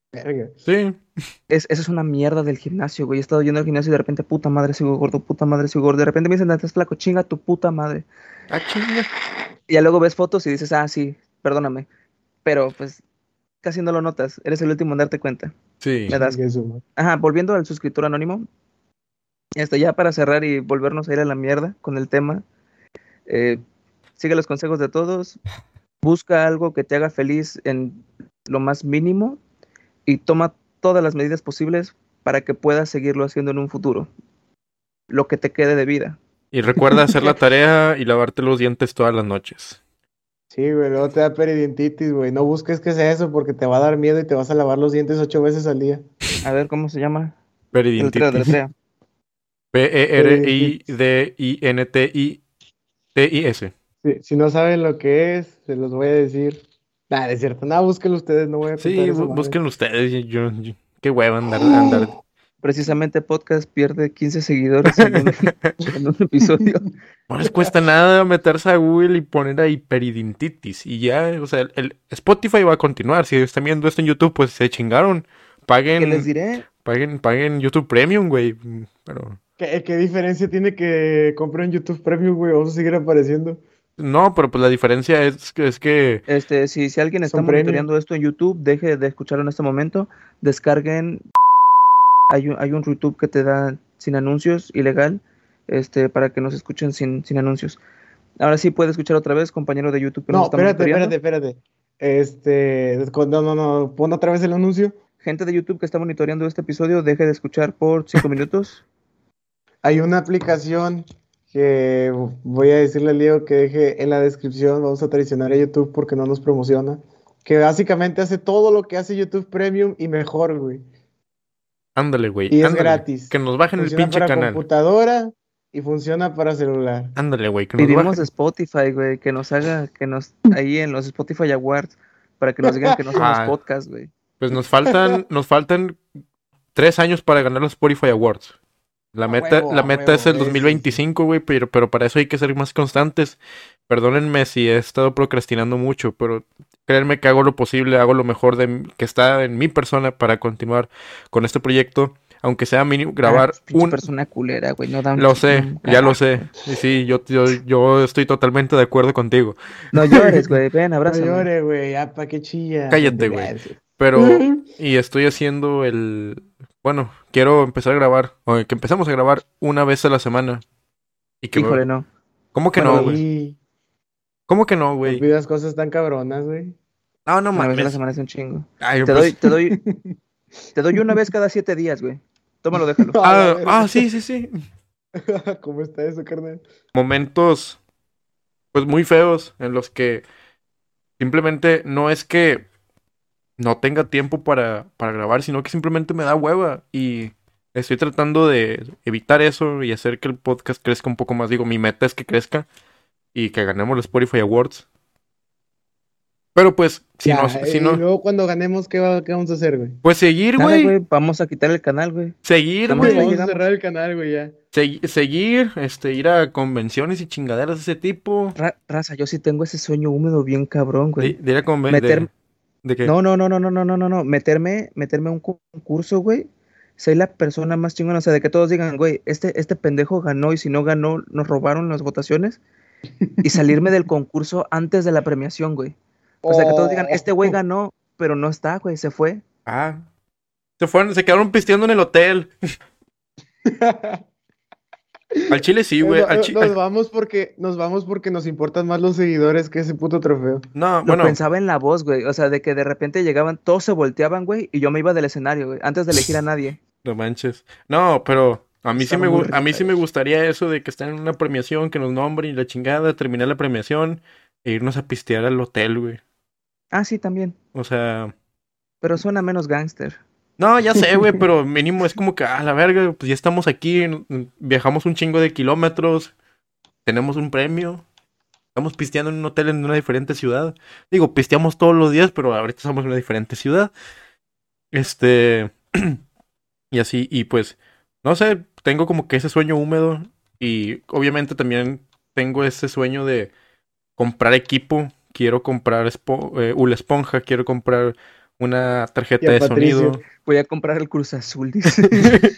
Verga. Sí. Es, eso es una mierda del gimnasio, güey. He estado yendo al gimnasio y de repente, puta madre, sigo gordo, puta madre, sigo gordo. De repente me dicen, estás flaco, chinga tu puta madre. Ah, chinga. Y ya luego ves fotos y dices, ah, sí, perdóname. Pero pues casi no lo notas. Eres el último en darte cuenta. Sí. Me das. Chingue su madre. Ajá, volviendo al suscriptor anónimo. Esto ya para cerrar y volvernos a ir a la mierda con el tema. eh, sigue los consejos de todos. Busca algo que te haga feliz en lo más mínimo y toma todas las medidas posibles para que puedas seguirlo haciendo en un futuro. Lo que te quede de vida. Y recuerda hacer la tarea y lavarte los dientes todas las noches. Sí, güey, luego te da periodontitis, güey. No busques que sea eso porque te va a dar miedo y te vas a lavar los dientes ocho veces al día. A ver, ¿cómo se llama? Deletrea, Periodontitis. deletrea. P-E-R-I-D-I-N-T-I-T-I-S. Si, si no saben lo que es, se los voy a decir. Nada, es cierto. Nada, búsquenlo ustedes, no voy a contar Sí, esa bú- madre. búsquenlo ustedes. Yo, yo- qué hueva andar, andar. Precisamente podcast pierde quince seguidores en un, en un episodio. No les cuesta nada meterse a Google y poner ahí peridintitis. Y ya, o sea, el, el Spotify va a continuar. Si están viendo esto en YouTube, pues se chingaron. ¿Qué les Paguen, diré? paguen, paguen YouTube Premium, güey. Pero ¿Qué, qué diferencia tiene que comprar en YouTube Premium, güey? Vamos a seguir apareciendo. no, pero pues la diferencia es, que- es que Este, si, si alguien está Son premium. monitoreando esto en YouTube, deje de escucharlo en este momento. Descarguen. Hay un, hay un YouTube que te da sin anuncios, ilegal, este, para que nos escuchen sin, sin anuncios. Ahora sí puede escuchar otra vez, compañero de YouTube que nos No, está espérate, monitoreando. espérate, espérate. Este, no, no, no, pon otra vez el anuncio. Gente de YouTube que está monitoreando este episodio, deje de escuchar por cinco minutos. Hay una aplicación que voy a decirle al Diego que deje en la descripción. Vamos a traicionar a YouTube porque no nos promociona. Que básicamente hace todo lo que hace YouTube Premium y mejor, güey. ándale, güey, Y es ándale. gratis. Que nos bajen el Funciona pinche para canal. computadora y funciona para celular. Ándale, güey, que nos Vivimos bajen. de Spotify, güey, que nos haga, que nos, ahí en los Spotify Awards, para que nos digan que no somos Ah. podcast, güey. Pues nos faltan, nos faltan tres años para ganar los Spotify Awards. La A meta, huevo, la a meta huevo, es el ese dos mil veinticinco, güey, pero, pero para eso hay que ser más constantes. Perdónenme si he estado procrastinando mucho, pero créanme que hago lo posible, hago lo mejor de m- que está en mi persona para continuar con este proyecto, aunque sea mínimo grabar Ah, pinche un... persona culera, güey, no da un- Lo sé, un ya lo carajo, sé. güey. Y sí, yo, yo, yo estoy totalmente de acuerdo contigo. No llores, güey, ven, No abrázame. llore, güey, ya pa' qué chilla. Cállate, güey. Pero, y estoy haciendo el... Bueno, quiero empezar a grabar, o que empecemos a grabar una vez a la semana. Y que me- Híjole, no. ¿Cómo que Bueno, no, güey. güey? Sí, ¿Cómo que no, no güey? pidas cosas tan cabronas, güey. No, no Una vez a la mames. semana es un chingo. Ay, Te pues- doy, te doy, te doy una vez cada siete días, güey. Tómalo, déjalo. A la Ah, verga. ah, sí, sí, sí. ¿Cómo está eso, carnal? Momentos, pues muy feos en los que simplemente no es que no tenga tiempo para, para grabar, sino que simplemente me da hueva. Y estoy tratando de evitar eso y hacer que el podcast crezca un poco más. Digo, mi meta es que crezca y que ganemos los Spotify Awards. Pero pues, si Ya, no, si y no, luego cuando ganemos, ¿qué, va- qué vamos a hacer, güey? pues seguir, Nada, güey. güey, vamos a quitar el canal, güey. Seguir, Nada más güey. ahí Vamos a llegamos. cerrar el canal, güey, ya. Segui- seguir, este, ir a convenciones y chingaderas de ese tipo. Ra- raza, yo sí tengo ese sueño húmedo bien cabrón, De, güey. de ir a conven- Meter- de, de que, No, no, no, no, no, no, no, no, no. Meterme, meterme a un concurso, güey. Ser la persona más chingona, o sea, de que todos digan, güey, este, este pendejo ganó y si no ganó, nos robaron las votaciones. Y salirme del concurso antes de la premiación, güey. O sea, que todos digan, este güey ganó, pero no está, güey, se fue. ah, se fueron, se quedaron pisteando en el hotel. Al Chile sí, güey. Nos, Al chi- nos al- vamos porque, nos vamos porque nos importan más los seguidores que ese puto trofeo. No, Lo bueno, pensaba en la voz, güey. O sea, de que de repente llegaban, todos se volteaban, güey, y yo me iba del escenario, güey, antes de elegir a nadie. no manches. No, pero a mí sí Estaba me muy gu- a mí rica sí me eso. gustaría eso de que estén en una premiación, que nos nombren y la chingada, terminar la premiación e irnos a pistear al hotel, güey. Ah, sí, también. O sea, Pero suena menos gángster. no, ya sé, güey, pero mínimo es como que, a la verga, pues ya estamos aquí, n- n- viajamos un chingo de kilómetros, tenemos un premio, estamos pisteando en un hotel en una diferente ciudad. Digo, pisteamos todos los días, pero ahorita estamos en una diferente ciudad. Este, y así, y pues, no sé, tengo como que ese sueño húmedo y obviamente también tengo ese sueño de comprar equipo. Quiero comprar espo- eh, una esponja, quiero comprar una Y tarjeta a de Patricio. sonido. Voy a comprar el Cruz Azul, dice.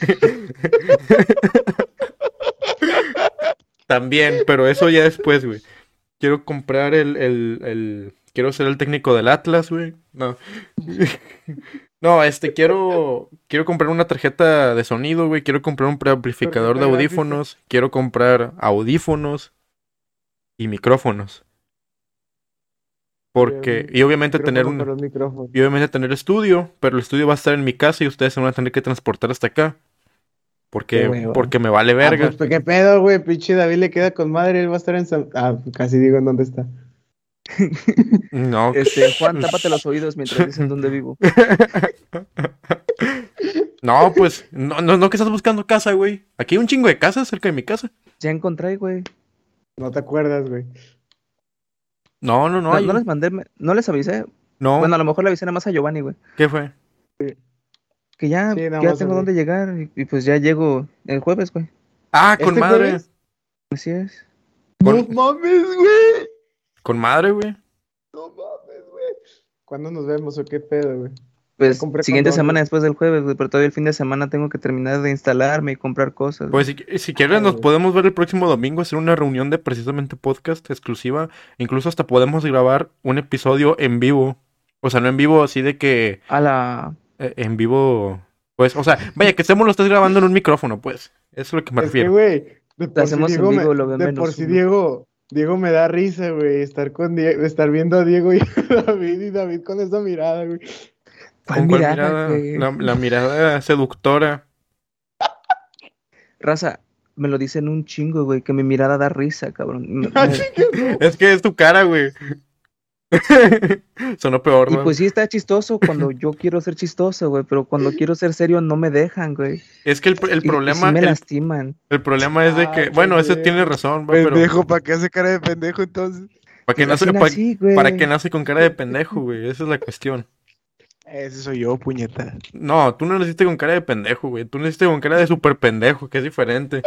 También, pero eso ya después, güey. Quiero comprar el, el, el... Quiero ser el técnico del Atlas, güey. No. No, este, quiero... Quiero comprar una tarjeta de sonido, güey. Quiero comprar un preamplificador de Tarjeta audífonos. Quiero comprar audífonos y micrófonos. Porque... Y obviamente tener Micrófono para un... los micrófonos. Y obviamente tener estudio. Pero el estudio va a estar en mi casa y ustedes se van a tener que transportar hasta acá. Qué Porque... hueva. Porque me vale Ah, verga. pues qué pedo, güey. Pinche David le queda con madre. Él va a estar en San... Ah, casi digo en dónde está. No. Este, Juan, tápate los oídos mientras dices dónde vivo. No, pues, no, no, no que estás buscando casa, güey. Aquí hay un chingo de casas cerca de mi casa. Ya encontré, güey. No te acuerdas, güey. No, no, no No, no hay. les mandé, me- no les avisé. No, Bueno, a lo mejor le avisé nada más a Giovanni, güey. ¿qué fue? Que ya, Sí, nada que ya más tengo a mí. dónde llegar y, y pues ya llego el jueves, güey. Ah, con ¿Este madre. jueves? Así es. No Con, mames, güey. con madre, güey. No mames, güey. ¿Cuándo nos vemos o qué pedo, güey? Ya Pues compré siguiente condones. semana después del jueves, güey, pero todavía el fin de semana tengo que terminar de instalarme y comprar cosas, Pues güey. si, si quieres Ay, nos güey. podemos ver el próximo domingo, hacer una reunión de precisamente podcast exclusiva. Incluso hasta podemos grabar un episodio en vivo. O sea, no en vivo así de que... A la... eh, en vivo... Pues, o sea, vaya, que estemos los tres grabando en un micrófono, pues. Eso es lo que me Es que, refiero. güey, de por sí hacemos en Diego me, vivo, lo ven de menos por sí uno. Diego, Diego me da risa, güey, estar con Diego, estar viendo a Diego y a David y David con esa mirada, güey. ¿Cuál ¿Con cuál mirada, mirada? güey? La, la mirada seductora. Raza, me lo dicen un chingo, güey, que mi mirada da risa, cabrón. Me- Ah, me- chinga, Es que es tu cara, güey. Sonó peor, Y ¿no? pues sí está chistoso cuando yo quiero ser chistoso, güey, pero cuando quiero ser serio no me dejan, güey. Es que el, el Y, y sí problema, me el, lastiman. el problema es de Ah, que, bueno, ese tiene pendejo. razón, va, pero Pendejo, ¿para qué hace cara de pendejo entonces? para que Pues así nace, pa- nací, güey. para que nace con cara de pendejo, güey. Esa es la cuestión. Ese soy yo, puñeta. No, tú no naciste con cara de pendejo, güey. Tú naciste con cara de super pendejo, que es diferente.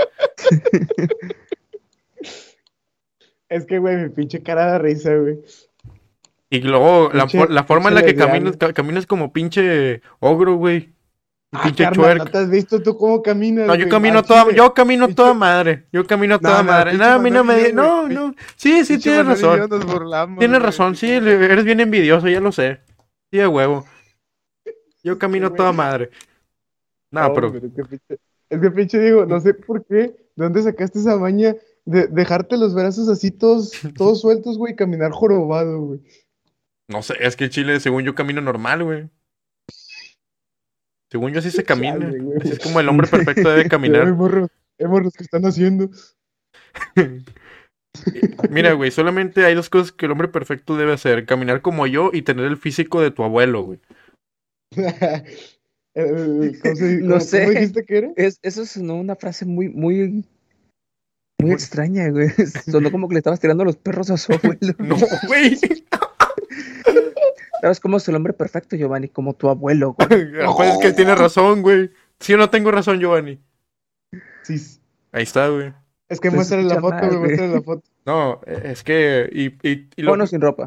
Es que, güey, mi pinche cara da risa, güey. Y luego, la, Pinche- for- la forma en la pinche que caminas, lesbiana. ca- caminas como pinche ogro, güey. Un Ah, pinche carnal, ¿no chuerk. te has visto tú cómo caminas, No, yo güey? camino Al toda, chile. yo camino Pinche- toda madre. Yo camino No, toda no, madre. pinche No, a mí no me Manuel y di- yo, No, güey. no. Sí, sí, Pinche tienes Manuel y yo razón. nos burlamos, Tienes güey, razón, así sí, como- le- eres bien envidioso, ya lo sé. Sí, de huevo. Yo camino güey. toda madre. No, Oh, pero pero qué pinche- Es que pinche digo, no sé por qué, ¿de dónde sacaste esa maña de dejarte los brazos así todos, todos sueltos, güey, y caminar jorobado, güey? no sé, es que en Chile, según yo, camino normal, güey. Según yo, así se camina. Chale, güey. Así es como el hombre perfecto debe Hay caminar. morros, hay morros que están haciendo. Mira, güey, solamente hay dos cosas que el hombre perfecto debe hacer: caminar como yo y tener el físico de tu abuelo, güey. El- ¿Cómo, se- No cómo- sé. cómo dijiste que era? Es, eso es ¿no? una frase muy, muy, muy extraña, güey. Sonó como que le estabas tirando los perros a su abuelo. No, güey. ¿Sabes cómo es el hombre perfecto, Giovanni? Como tu abuelo, güey. Pues es que él tiene razón, güey. Sí o no tengo razón, Giovanni. Sí. Ahí está, güey. Es que Se muéstrale la escucha foto, mal, güey, güey. muéstrale la foto. No, es que. Y, y, y lo- Bueno, sin ropa.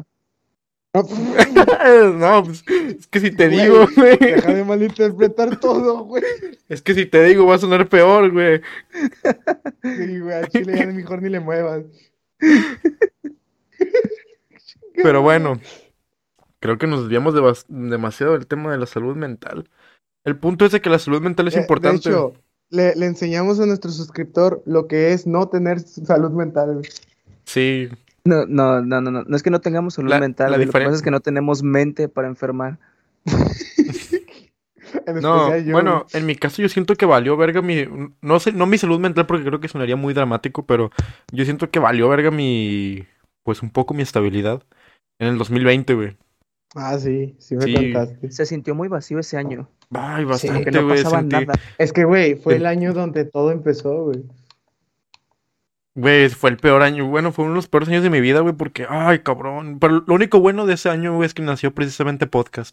No, pues, es que si te Güey, digo, güey. Deja de malinterpretar todo, güey. Es que si te digo va a sonar peor, güey. Sí, güey, al chile ya ni mejor ni le muevas. Pero bueno, creo que nos desviamos de bas- demasiado del tema de la salud mental. El punto es de que la salud mental es Eh, importante. De hecho, le, le enseñamos a nuestro suscriptor lo que es no tener salud mental, güey. Sí, No, no, no, no, no. No es que no tengamos salud La- mental, la güey. Lo que diferen- pasa es que no tenemos mente para enfermar. En no, especial yo, bueno, güey. en mi caso yo siento que valió verga mi, no sé, no mi salud mental porque creo que sonaría muy dramático, pero yo siento que valió verga mi, pues un poco mi estabilidad en el dos mil veinte, güey. Ah, sí, sí me Sí. contaste. Se sintió muy vacío ese año. Ay, Que bastante, no güey, pasaba sentí, nada. Es que, güey, fue el Sí. año donde todo empezó, güey. güey, fue el peor año, bueno, fue uno de los peores años de mi vida, güey, porque, ay, cabrón, pero lo único bueno de ese año, güey, es que nació precisamente podcast.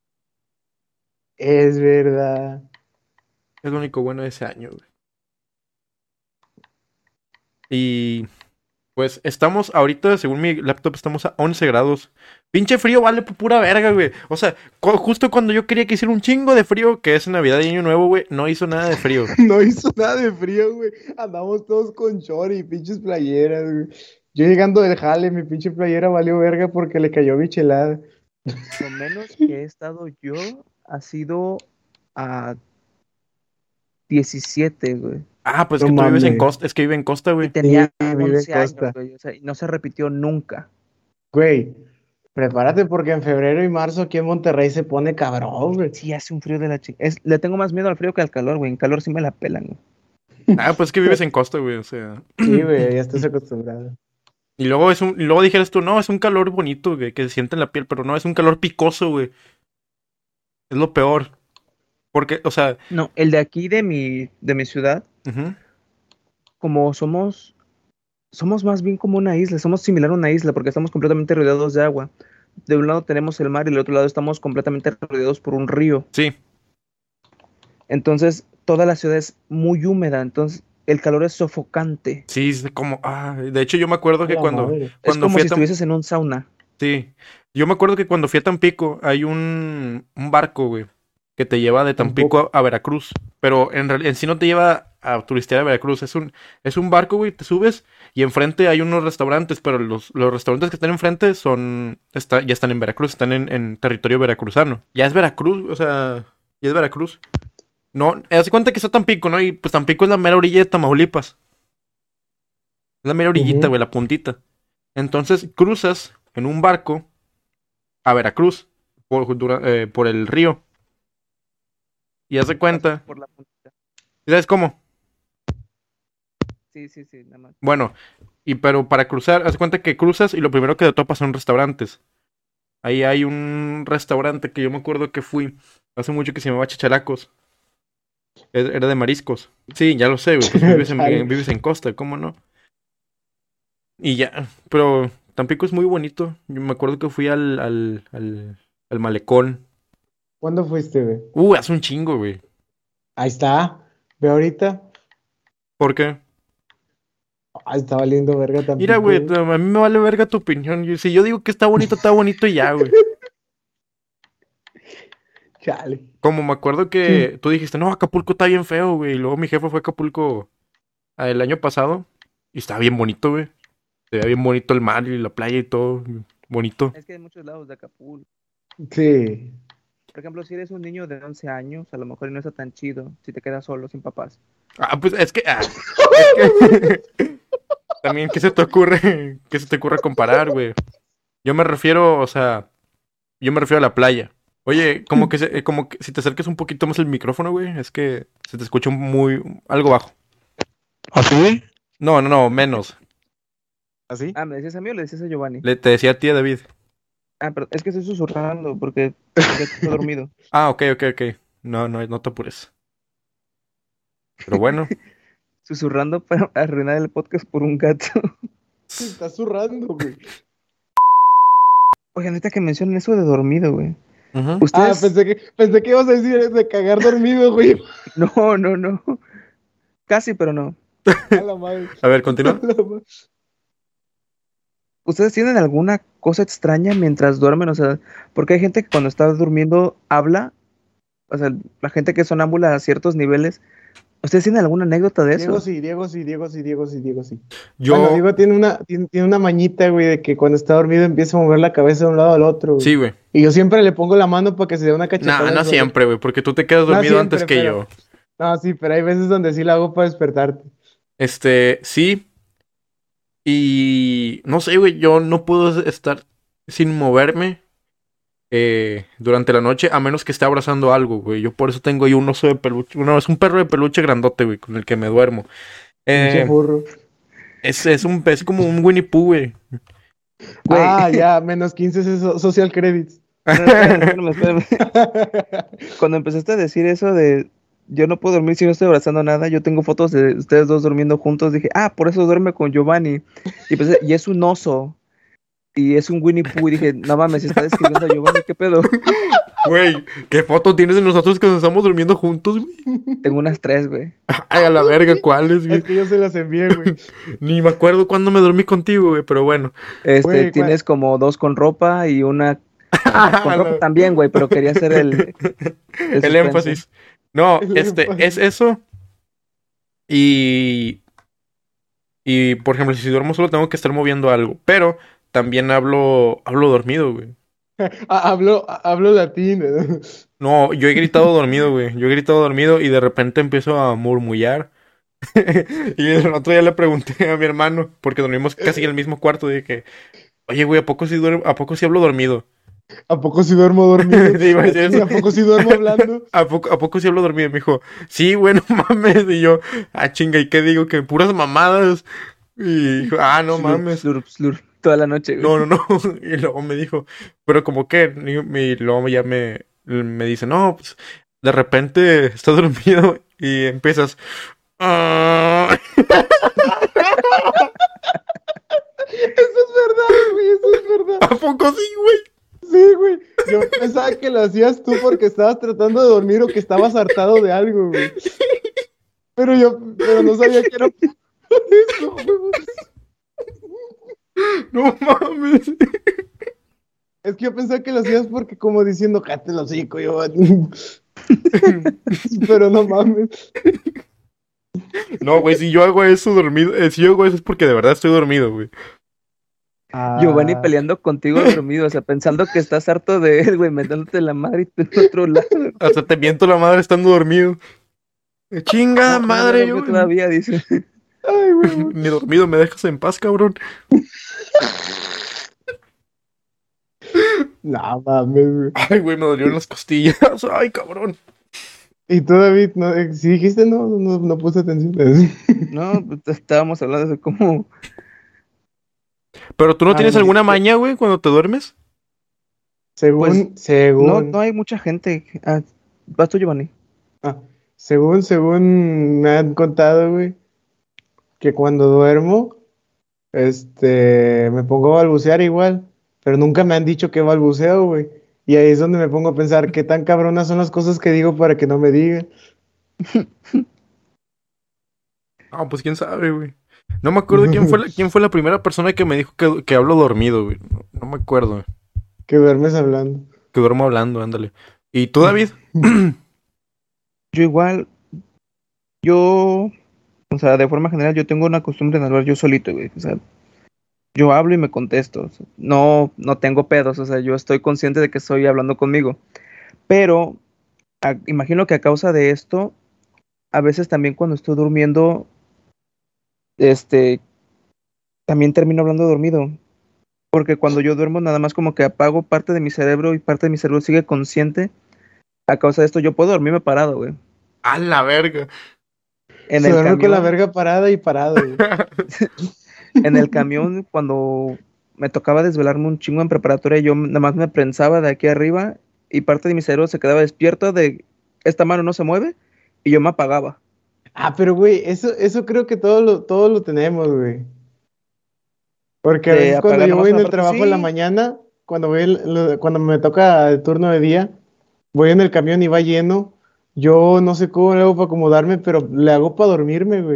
Es verdad. Es lo único bueno de ese año, güey. Y Pues estamos ahorita, según mi laptop, estamos a once grados. Pinche frío vale por pura verga, güey. O sea, cu- justo cuando yo quería que hiciera un chingo de frío, que es Navidad y Año Nuevo, güey, no hizo nada de frío. No hizo nada de frío, güey. Andamos todos con short y pinches playeras, güey. Yo llegando del jale, mi pinche playera valió verga porque le cayó michelada. Lo menos que he estado yo ha sido a diecisiete, güey. Ah, pues No que tú vives en mames. costa, es que vive en costa, Y güey. tenía Sí, vive en once años, costa. güey. O sea, y no se repitió nunca. Güey, prepárate porque en febrero y marzo aquí en Monterrey se pone cabrón, güey. Sí, hace un frío de la chica. Le tengo más miedo al frío que al calor, güey. En calor sí me la pelan, güey. Ah, pues es que vives en costa, güey, o sea. Sí, güey, ya estás acostumbrado. Y luego es un, y luego dijeras tú, no, es un calor bonito, güey, que se siente en la piel, pero no, es un calor picoso, güey. Es lo peor. Porque, o sea, No, el de aquí de mi, de mi ciudad, ujú, como somos, somos más bien como una isla, somos similar a una isla porque estamos completamente rodeados de agua. De un lado tenemos el mar y del otro lado estamos completamente rodeados por un río. sí, Entonces, toda la ciudad es muy húmeda, entonces el calor es sofocante. sí, es como, ah, de hecho yo me acuerdo A que la cuando, madre. Es cuando como fui si a Tam- estuvieses en un sauna. sí, yo me acuerdo que cuando fui a Tampico hay un, un barco, güey, que te lleva de Tampico Tampoco. a, a Veracruz, pero en realidad en sí no te lleva a turistear a Veracruz, es un, es un barco, güey, te subes y enfrente hay unos restaurantes, pero los, los restaurantes que están enfrente son, está, ya están en Veracruz, están en, en territorio veracruzano. Ya es Veracruz, o sea, ya es Veracruz. No, haz de cuenta que está Tampico, ¿no? Y pues Tampico es la mera orilla de Tamaulipas. Es la mera orillita, Ujú. güey, la puntita. Entonces cruzas en un barco a Veracruz por, dura- eh, por el río. Y haz de Pasas cuenta. por la puntita. ¿Sabes cómo? Sí, sí, sí, nada más. Bueno, y pero para cruzar, haz de cuenta que cruzas y lo primero que te topas son restaurantes. Ahí hay un restaurante que yo me acuerdo que fui hace mucho que se llamaba Chicharacos. E- Era de mariscos. Sí, ya lo sé, güey. Pues vives en, Chale. vives en costa, ¿cómo no? Y ya, pero Tampico es muy bonito. Yo me acuerdo que fui al, al, al, al malecón. ¿Cuándo fuiste, güey? Uh, hace un chingo, güey. Ahí está. Ve ahorita. ¿Por qué? Ahí está valiendo verga Mira, Tampico, güey, güey. a mí me vale verga tu opinión. Yo- si yo digo que está bonito, está bonito y ya, güey. Chale. Como me acuerdo que tú dijiste, no, Acapulco está bien feo, güey. Y luego mi jefe fue a Acapulco ah, el año pasado y estaba bien bonito, güey. Se veía bien bonito el mar y la playa y todo. Bonito. Es que hay muchos lados de Acapulco. Sí. Por ejemplo, si eres un niño de once años, a lo mejor no está tan chido si te quedas solo, sin papás. Ah, pues es que. Ah, es que también, ¿qué se te ocurre? ¿Qué se te ocurre comparar, güey? Yo me refiero, o sea, yo me refiero a la playa. Oye, como que, se- eh, como que si te acerques un poquito más el micrófono, güey, es que se te escucha muy, algo bajo. ¿Así? No, no, no, menos. ¿Así? Ah, ¿me decías a mí o le decías a Giovanni? Le, te decía a ti, a David. Ah, pero es que estoy susurrando porque, porque estoy dormido. Ah, ok, ok, ok. No, no, no te apures. Pero bueno, Susurrando para arruinar el podcast por un gato. Se está zurrando, güey. Oigan, ahorita que mencionan eso de dormido, güey. ujú. Ah, Ustedes... pensé que, pensé que ibas a decir de cagar dormido, güey. No, no, no. Casi, pero no. A la madre. A ver, A continúa. la madre. ¿Ustedes tienen alguna cosa extraña mientras duermen? O sea, porque hay gente que cuando está durmiendo habla. O sea, la gente que es sonámbula a ciertos niveles. ¿Ustedes tienen alguna anécdota de Diego eso? sí, Diego sí, Diego sí, Diego sí, Diego sí. Yo, Bueno, Diego tiene una, tiene, tiene una mañita, güey, de que cuando está dormido empieza a mover la cabeza de un lado al otro, güey. sí, güey. Y yo siempre le pongo la mano para que se dé una cachetada. No, en no el siempre, güey, porque tú te quedas No dormido siempre, antes que pero- yo. No, sí, pero hay veces donde sí la hago para despertarte. Este, sí. Y no sé, güey, yo no puedo estar sin moverme eh, durante la noche a menos que esté abrazando algo, güey. Yo por eso tengo ahí un oso de peluche. No, es un perro de peluche grandote, güey, con el que me duermo. Pinche Eh, burro. es, es, un, es como un Winnie Pooh, güey. Güey. Ah, ya, menos quince so- social credits. No, no, espérame, espérame, espérame. Cuando empezaste a decir eso de yo no puedo dormir si no estoy abrazando nada, yo tengo fotos de ustedes dos durmiendo juntos, dije, ah, por eso duerme con Giovanni. Y, pensé, y es un oso. y es un Winnie Pooh. Y dije, no mames, está describiendo a Giovanni, ¿qué pedo? Güey, ¿qué foto tienes de nosotros que nos estamos durmiendo juntos, güey? Tengo unas tres, güey. Ay, a la verga, ¿cuáles, güey? Es que yo se las envié, güey. Ni me acuerdo cuándo me dormí contigo, güey, pero bueno. Este, Güey, tienes como dos con ropa y una con ropa No. también, güey, pero quería hacer el, el, El suspenso. énfasis. No, El este, énfasis. es eso. Y. Y, por ejemplo, si duermo solo tengo que estar moviendo algo. Pero también hablo. Hablo dormido, güey. Ah, hablo, hablo latín. No, yo he gritado dormido, güey. Yo he gritado dormido y de repente empiezo a murmullar. Y el otro día le pregunté a mi hermano, porque dormimos casi en el mismo cuarto, dije, oye, güey, ¿a poco sí duermo, ¿a poco sí hablo dormido? ¿A poco si duermo dormido? Sí, iba a decir eso. ¿Y a poco si duermo hablando? ¿A poco, ¿A poco sí hablo dormido? Me dijo, sí, güey, no mames. Y yo, ah, chinga, ¿y qué digo? Que puras mamadas. Y dijo, ah, no Slurp, mames. slurp, slurp, toda la noche, güey. No, no, no. Y luego me dijo, pero como que, y, y luego ya me, me dice, no, pues, de repente estás dormido y empiezas, "Ah". Eso es verdad, güey, eso es verdad. ¿A poco sí, güey? Sí, güey. Yo pensaba que lo hacías tú porque estabas tratando de dormir o que estabas hartado de algo, güey. Pero yo, pero no sabía que era por eso, güey. No mames. Es que yo pensaba que lo hacías porque como diciendo, cállate el hocico, yo. Pero no mames. No, güey, si yo hago eso dormido, eh, si yo hago eso es porque de verdad estoy dormido, güey. Giovanni Ah, peleando contigo dormido, o sea, pensando que estás harto de él, güey, metiéndote la madre y tú en otro lado. Hasta te miento la madre estando dormido. Chingada No, no, madre, no, yo. no, todavía, dice. ay, güey. Ni dormido me dejas en paz, cabrón. No mames, güey. Ay, güey, me dolieron las costillas. Ay, cabrón. Y tú, David, no, eh, si dijiste no, no, no puse atención. No, pues estábamos hablando de cómo. Pero tú no Ah, tienes no, alguna sí. maña, güey, cuando te duermes. Según, Pues, según, No, no hay mucha gente. Ah, vas tú, Giovanni. ah, según, según me han contado, güey, que cuando duermo, este, me pongo a balbucear igual, pero nunca me han dicho que balbuceo, güey. Y ahí es donde me pongo a pensar qué tan cabronas son las cosas que digo para que no me digan. Ah, pues quién sabe, güey. No me acuerdo quién fue la, quién fue la primera persona que me dijo que, que hablo dormido, güey. No, no me acuerdo. Que duermes hablando. Que duermo hablando, ándale. ¿Y tú, David? Yo igual, yo, o sea, de forma general, yo tengo una costumbre de hablar yo solito, güey. O sea, yo hablo y me contesto. O sea, no, no tengo pedos, o sea, yo estoy consciente de que estoy hablando conmigo. Pero a- imagino que a causa de esto, a veces también cuando estoy durmiendo, este, también termino hablando dormido. Porque cuando yo duermo, nada más como que apago parte de mi cerebro y parte de mi cerebro sigue consciente. A causa de esto, yo puedo dormirme parado, güey. A la verga. En Se el duerme con la camión, verga parada y parado, güey. en el camión, cuando me tocaba desvelarme un chingo en preparatoria, yo nada más me prensaba de aquí arriba y parte de mi cerebro se quedaba despierto de esta mano no se mueve y yo me apagaba. Ah, pero güey, eso, eso creo que todos lo, todos lo tenemos, güey. Porque a De veces cuando apagar yo nada más voy en una el parte, trabajo en la sí, mañana, cuando voy el- lo- cuando me toca el turno de día, voy en el camión y va lleno, yo no sé cómo le hago para acomodarme, pero le hago para dormirme, güey.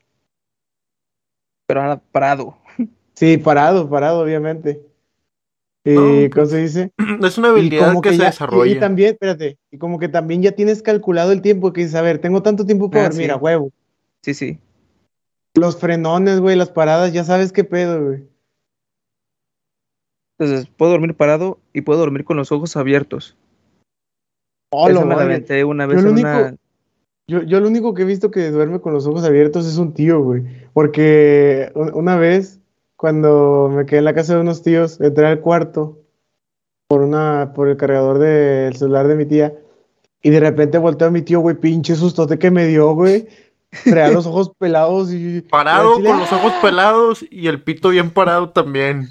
pero ahora parado. Sí, parado, parado, obviamente. No, Y ¿cómo se pues. dice? Es una Y habilidad como que que se ya, y, y desarrolla. también, espérate, y como que también ya tienes calculado el tiempo que dices, a ver, tengo tanto tiempo para Ah, dormir, a sí, huevo. sí, sí. Los frenones, güey, las paradas, ya sabes qué pedo, güey. Entonces, puedo dormir parado y puedo dormir con los ojos abiertos. Oh, Esa lo me la madre. aventé una Yo vez lo en único, una... Yo, yo lo único que he visto que duerme con los ojos abiertos es un tío, güey. Porque u- una vez, cuando me quedé en la casa de unos tíos, entré al cuarto por una, por el cargador del celular de mi tía, y de repente volteo a mi tío, güey, pinche sustote que me dio, güey. Traía los ojos pelados y, y al Parado, chile, con los ojos ¡ah! pelados y el pito bien parado también.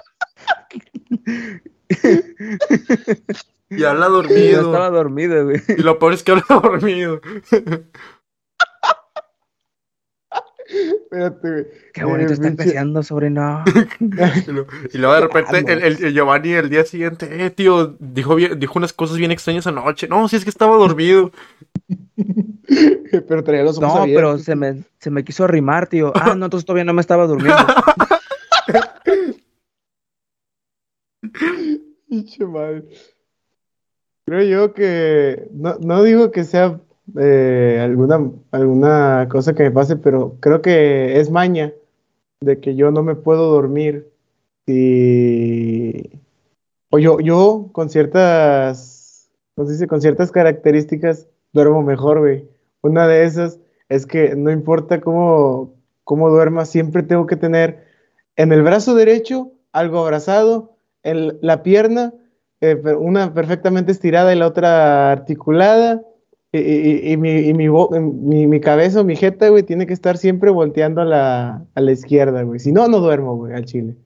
Y habla Y yo estaba dormido. dormido, güey. Y lo peor es que habla dormido. Espérate, güey. Qué bonito Eh, está pinche- creciendo, sobrino. Y, lo- y luego de repente Vamos. el, el- el Giovanni el día siguiente, eh, tío, dijo, bien- dijo unas cosas bien extrañas anoche. No, si es que estaba dormido. Pero traía los ojos No, pero abiertos. se me, se me quiso arrimar, tío. Ah, no, entonces todavía no me estaba durmiendo. Pinche madre. Creo yo que, no, no digo que sea eh, alguna, alguna cosa que me pase, pero creo que es maña de que yo no me puedo dormir si... O yo, yo con ciertas, ¿cómo se dice? Con ciertas características duermo mejor, güey. Una de esas es que no importa cómo, cómo duerma, siempre tengo que tener en el brazo derecho algo abrazado, en la pierna eh, per- una perfectamente estirada y la otra articulada. Y, y- y mi, y mi, bo- mi, mi cabeza o mi jeta, güey, tiene que estar siempre volteando a la, a la izquierda, güey. Si no, no duermo, güey, al chile.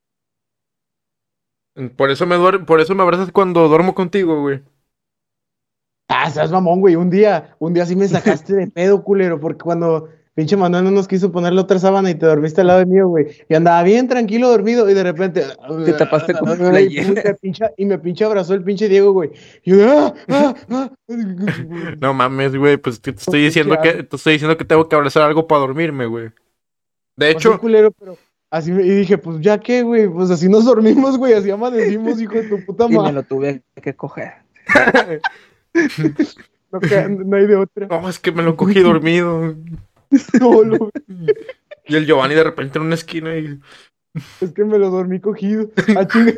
Por eso me duer- por eso me abrazas cuando duermo contigo, güey. Ah, seas mamón, güey. Un día, un día sí me sacaste de pedo, culero, porque cuando pinche Manuel no nos quiso poner la otra sábana y te dormiste al lado de mío, güey. Y andaba bien tranquilo dormido y de repente. Te tapaste con y playera. me pinche, y me pinche abrazó el pinche Diego, güey. Y yo, ah, ah, ah. No mames, güey, pues te te estoy Pinche diciendo que asco. te estoy diciendo que tengo que abrazar algo para dormirme, güey. De Pues sí, hecho, culero, pero así me, y dije, pues ya qué, güey, pues así nos dormimos, güey, así amanecimos, hijo de tu puta Y me madre. lo tuve que coger. No, que- no hay de otra. no, es que me lo cogí dormido. No, lo- Y el Giovanni de repente en una esquina y es que me lo dormí cogido. Ah, chinga.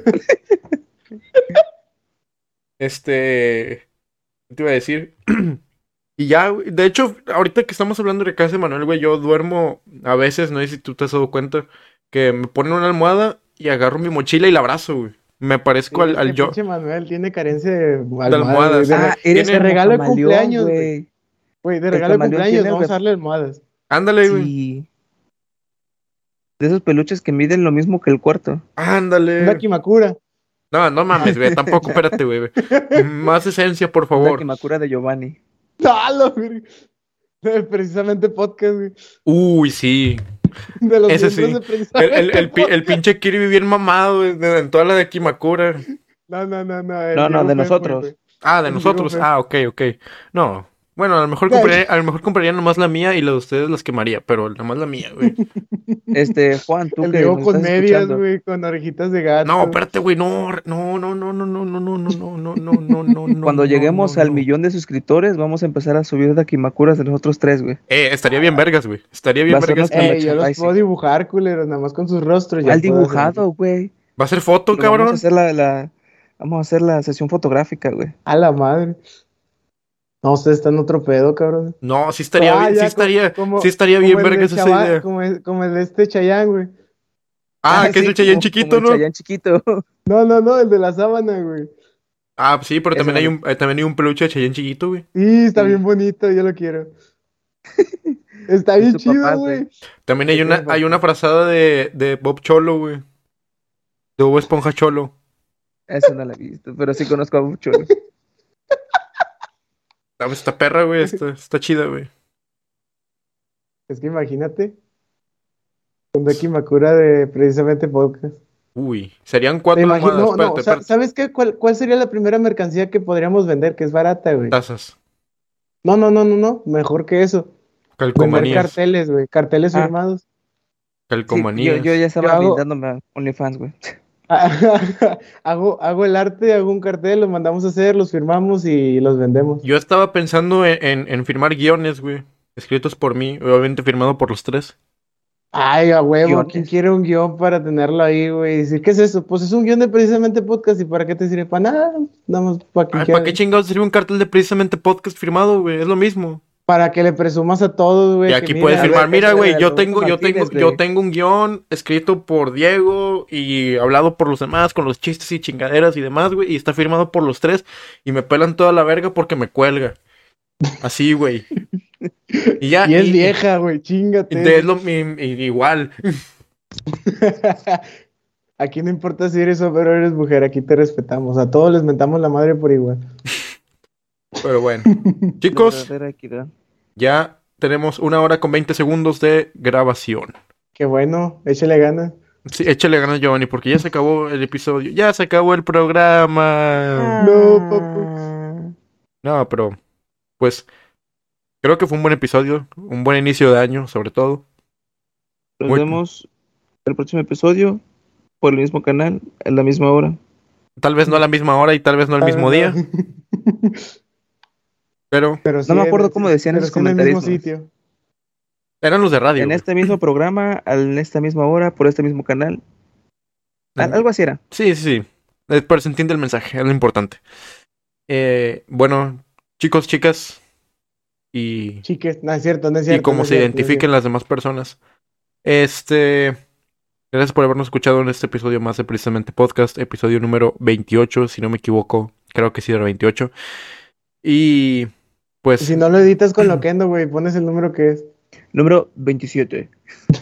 este, ¿qué te iba a decir? Y ya, güey, de hecho, ahorita que estamos hablando de casa de Manuel, güey, yo duermo a veces, no sé si tú te has dado cuenta, que me ponen una almohada y agarro mi mochila y la abrazo, güey. Me parezco Sí, al, al este yo pinche Manuel tiene carencia de almohadas, almohadas. güey. De, Ah, re- eres de tiene- como regalo de camaleón, cumpleaños, güey. güey. Güey, de El regalo de camaleón cumpleaños, tiene vamos rep- a darle almohadas. Ándale, güey. Sí. De esos peluches que miden lo mismo que el cuarto. Una Ándale. Kimakura. No, no mames, güey, tampoco, espérate, güey. Más esencia, por Una favor. Kimakura de Giovanni. ¡Ah, la verga! Eh, Precisamente podcast, güey. Uy, sí. De los Ese miembros sí. de El, precisamente el, el, pi- el podcast. pinche Kirby bien mamado, güey, de- en toda la de Kimakura. No, no, no, no. el No, no, Diego de Fanboy, nosotros. güey. Ah, de El nosotros. Diego Ah, ok, ok. No. Bueno, a lo mejor Ya, compraría, a lo mejor compraría nomás la mía y la de ustedes las quemaría, pero nomás la mía, güey. Este, Juan, tú El que Diego nos con estás medias, escuchando. güey, con orejitas de gato. No, espérate, güey, no, no, no, no, no, no, no, no, no, no, no, no, no, no, no. Cuando no, lleguemos no, al no. millón de suscriptores, vamos a empezar a subir Dakimakuras de nosotros tres, güey. Eh, estaría bien vergas, güey. Estaría bien Va a ser vergas. nuestra que- Ey, yo los merchandising. puedo dibujar, culeros, nada más con sus rostros. ya Mal puedo hacer dibujado, eso. güey. ¿Va a ser foto, Pero Vamos a cabrón? hacer la, la- vamos a hacer la sesión fotográfica, güey. A la madre. No, ustedes están en otro pedo, cabrón. No, sí estaría Ah, bien, ya, sí estaría, como- sí estaría como bien el de vergas esa Chava- idea. Como el, como el de este Chayán, güey. Ah, Ah, que es sí, el Chayán como- chiquito, como el ¿no? Chayán chiquito. No, no, no, el de la sábana, güey. Ah, sí, pero Ese también hay no un, eh, también hay un peluche de Chayán chiquito, güey. Sí, está Sí. bien bonito, yo lo quiero. Está Es bien tu chido, papá, güey. güey. También hay Sí, una, tiene hay papá. una frazada de, de Bob Cholo, güey. De Bob Esponja Cholo. Eso no la he visto, pero sí conozco a mucho. Ah, pues, esta perra, güey, está, está chida, güey. Es que imagínate. Un Deki Makura de precisamente podcast. Uy, serían Te cuatro imagino, almohadas, no, no, espérate, sa- espérate. ¿sabes qué? ¿Cuál, cuál sería la primera mercancía que podríamos vender? Que es barata, güey. Tazas, No, no, no, no, no. Mejor que eso. Vender calcomanías, carteles, güey. Carteles Ah. firmados. Sí, yo, calcomanías. yo ya estaba Yo hago- brindándome a OnlyFans, güey. hago, hago el arte, hago un cartel, los mandamos a hacer, los firmamos y los vendemos. Yo estaba pensando en, en, en firmar guiones, güey. Escritos por mí, obviamente firmado por los tres. Ay, a huevo, Guiones. ¿quién quiere un guión para tenerlo ahí, güey? Y decir, ¿qué es eso? Pues es un guión de precisamente podcast. ¿Y para qué te sirve? Para nada, nada más para que Ay, ¿para qué chingados sirve un cartel de precisamente podcast firmado, güey? Es lo mismo. para que le presumas a todos, güey. Y que aquí mira, puedes a firmar, ver, mira, ese güey, de yo Roberto tengo, yo tengo, Martínez, yo güey. tengo un guión escrito por Diego y hablado por los demás con los chistes y chingaderas y demás, güey, y está firmado por los tres y me pelan toda la verga porque me cuelga. Así, güey. Y ya. Y es vieja, güey, chingate. y de- es lo mi- y- igual. Aquí no importa si eres hombre o eres mujer, aquí te respetamos. A todos les mentamos la madre por igual. Pero bueno. Chicos, Verdadera equidad. ya tenemos una hora con veinte segundos de grabación. Qué bueno, échale ganas. Sí, échale ganas, Giovanni, porque ya se acabó el episodio. Ya se acabó el programa. No, papu. No, pero pues creo que fue un buen episodio, un buen inicio de año, sobre todo. Nos Muy- vemos el próximo episodio por el mismo canal, a la misma hora. Tal vez no a la misma hora y tal vez no al mismo día, pero Pero sí No me en- acuerdo cómo decían pero esos sí en el mismo comentarios, ¿no? sitio. eran los de radio. En güey. este mismo programa, en esta misma hora, por este mismo canal. Al- Algo así era. Sí, sí, sí. Eh, Pero se entiende el mensaje, es lo importante. Eh, bueno, chicos, chicas, y, Chiques, no es cierto, no es y cierto. cómo no es se cierto, no es identifiquen cierto. las demás personas. Este, gracias por habernos escuchado en este episodio más de Precisamente Podcast, episodio número veintiocho, si no me equivoco, creo que sí era veintiocho. Y pues, Si no lo editas con Loquendo, güey, pones el número que es. Número veintisiete.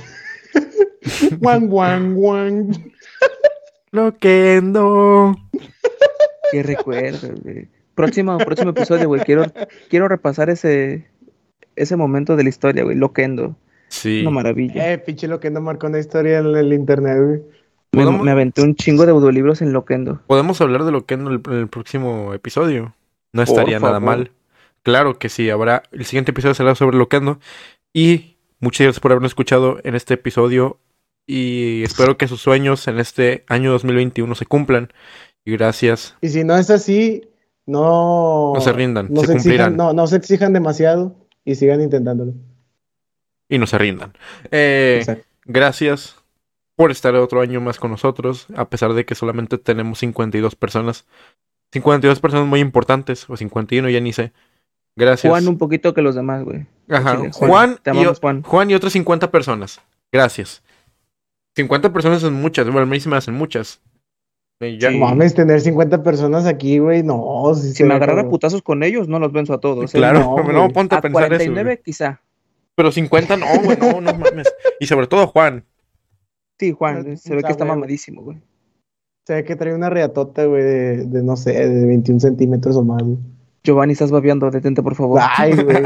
Guan, guan, guan. Loquendo. Qué recuerdo, güey. Próximo, próximo episodio, güey. Quiero, quiero repasar ese, ese momento de la historia, güey. Loquendo. Sí. Una maravilla. Eh, pinche Loquendo marcó una historia en el internet, güey. Me, ¿Podemos- me aventé un chingo de audiolibros en Loquendo. Podemos hablar de Loquendo en el, en el próximo episodio. No Por estaría nada favor. mal. Claro que sí, habrá. El siguiente episodio será sobre Loquendo. Y muchas gracias por habernos escuchado en este episodio. Y espero que sus sueños en este año dos mil veintiuno se cumplan. Y gracias. Y si no es así, no. No se rindan, no se exijan, cumplirán. no, no se exijan demasiado y sigan intentándolo. Y no se rindan. Eh, Exacto. gracias por estar otro año más con nosotros. A pesar de que solamente tenemos cincuenta y dos personas. cincuenta y dos personas muy importantes. O cincuenta y uno, ya ni sé. Gracias. Juan un poquito que los demás, güey. Ajá, Chile, Juan, Te y, amamos, o- Juan. Juan y otras cincuenta personas. Gracias. cincuenta personas son muchas. Bueno, a mí sí me hacen muchas. Eh, ya- Sí. No mames, tener cincuenta personas aquí, güey, no. sí Si se me ve agarrara como- putazos con ellos, no los venzo a todos. ¿eh? Claro, no, no, güey. ponte a, A pensar cuarenta y eso. nueve güey. quizá. Pero cincuenta no, güey, no, no mames. Y sobre todo Juan. Sí, Juan, Una se ve puta que está huevo. mamadísimo, güey. Se ve que trae una reatota, güey, de, de, no sé, de veintiún centímetros o más, güey. Giovanni, estás babeando, detente, por favor. Ay, güey.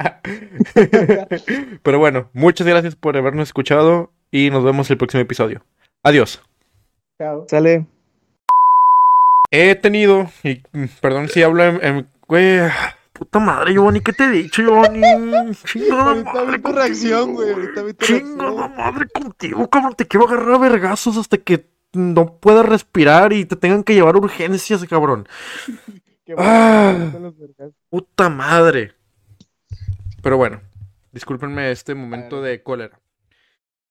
Pero bueno, muchas gracias por habernos escuchado y nos vemos el próximo episodio. Adiós. Chao. Sale. He tenido, y mm, perdón si hablo en, en- güey, puta madre, Giovanni, ¿qué te he dicho, Giovanni? Chingada Ahorita madre vi tu contigo. reacción, güey. Ahorita vi tu Chingada reacción. madre contigo, cabrón. Te quiero agarrar a vergazos hasta que no puedas respirar y te tengan que llevar a urgencias, cabrón. Qué bueno, Ah. me gustan los vergazos. Puta madre. Pero bueno, discúlpenme este momento de cólera.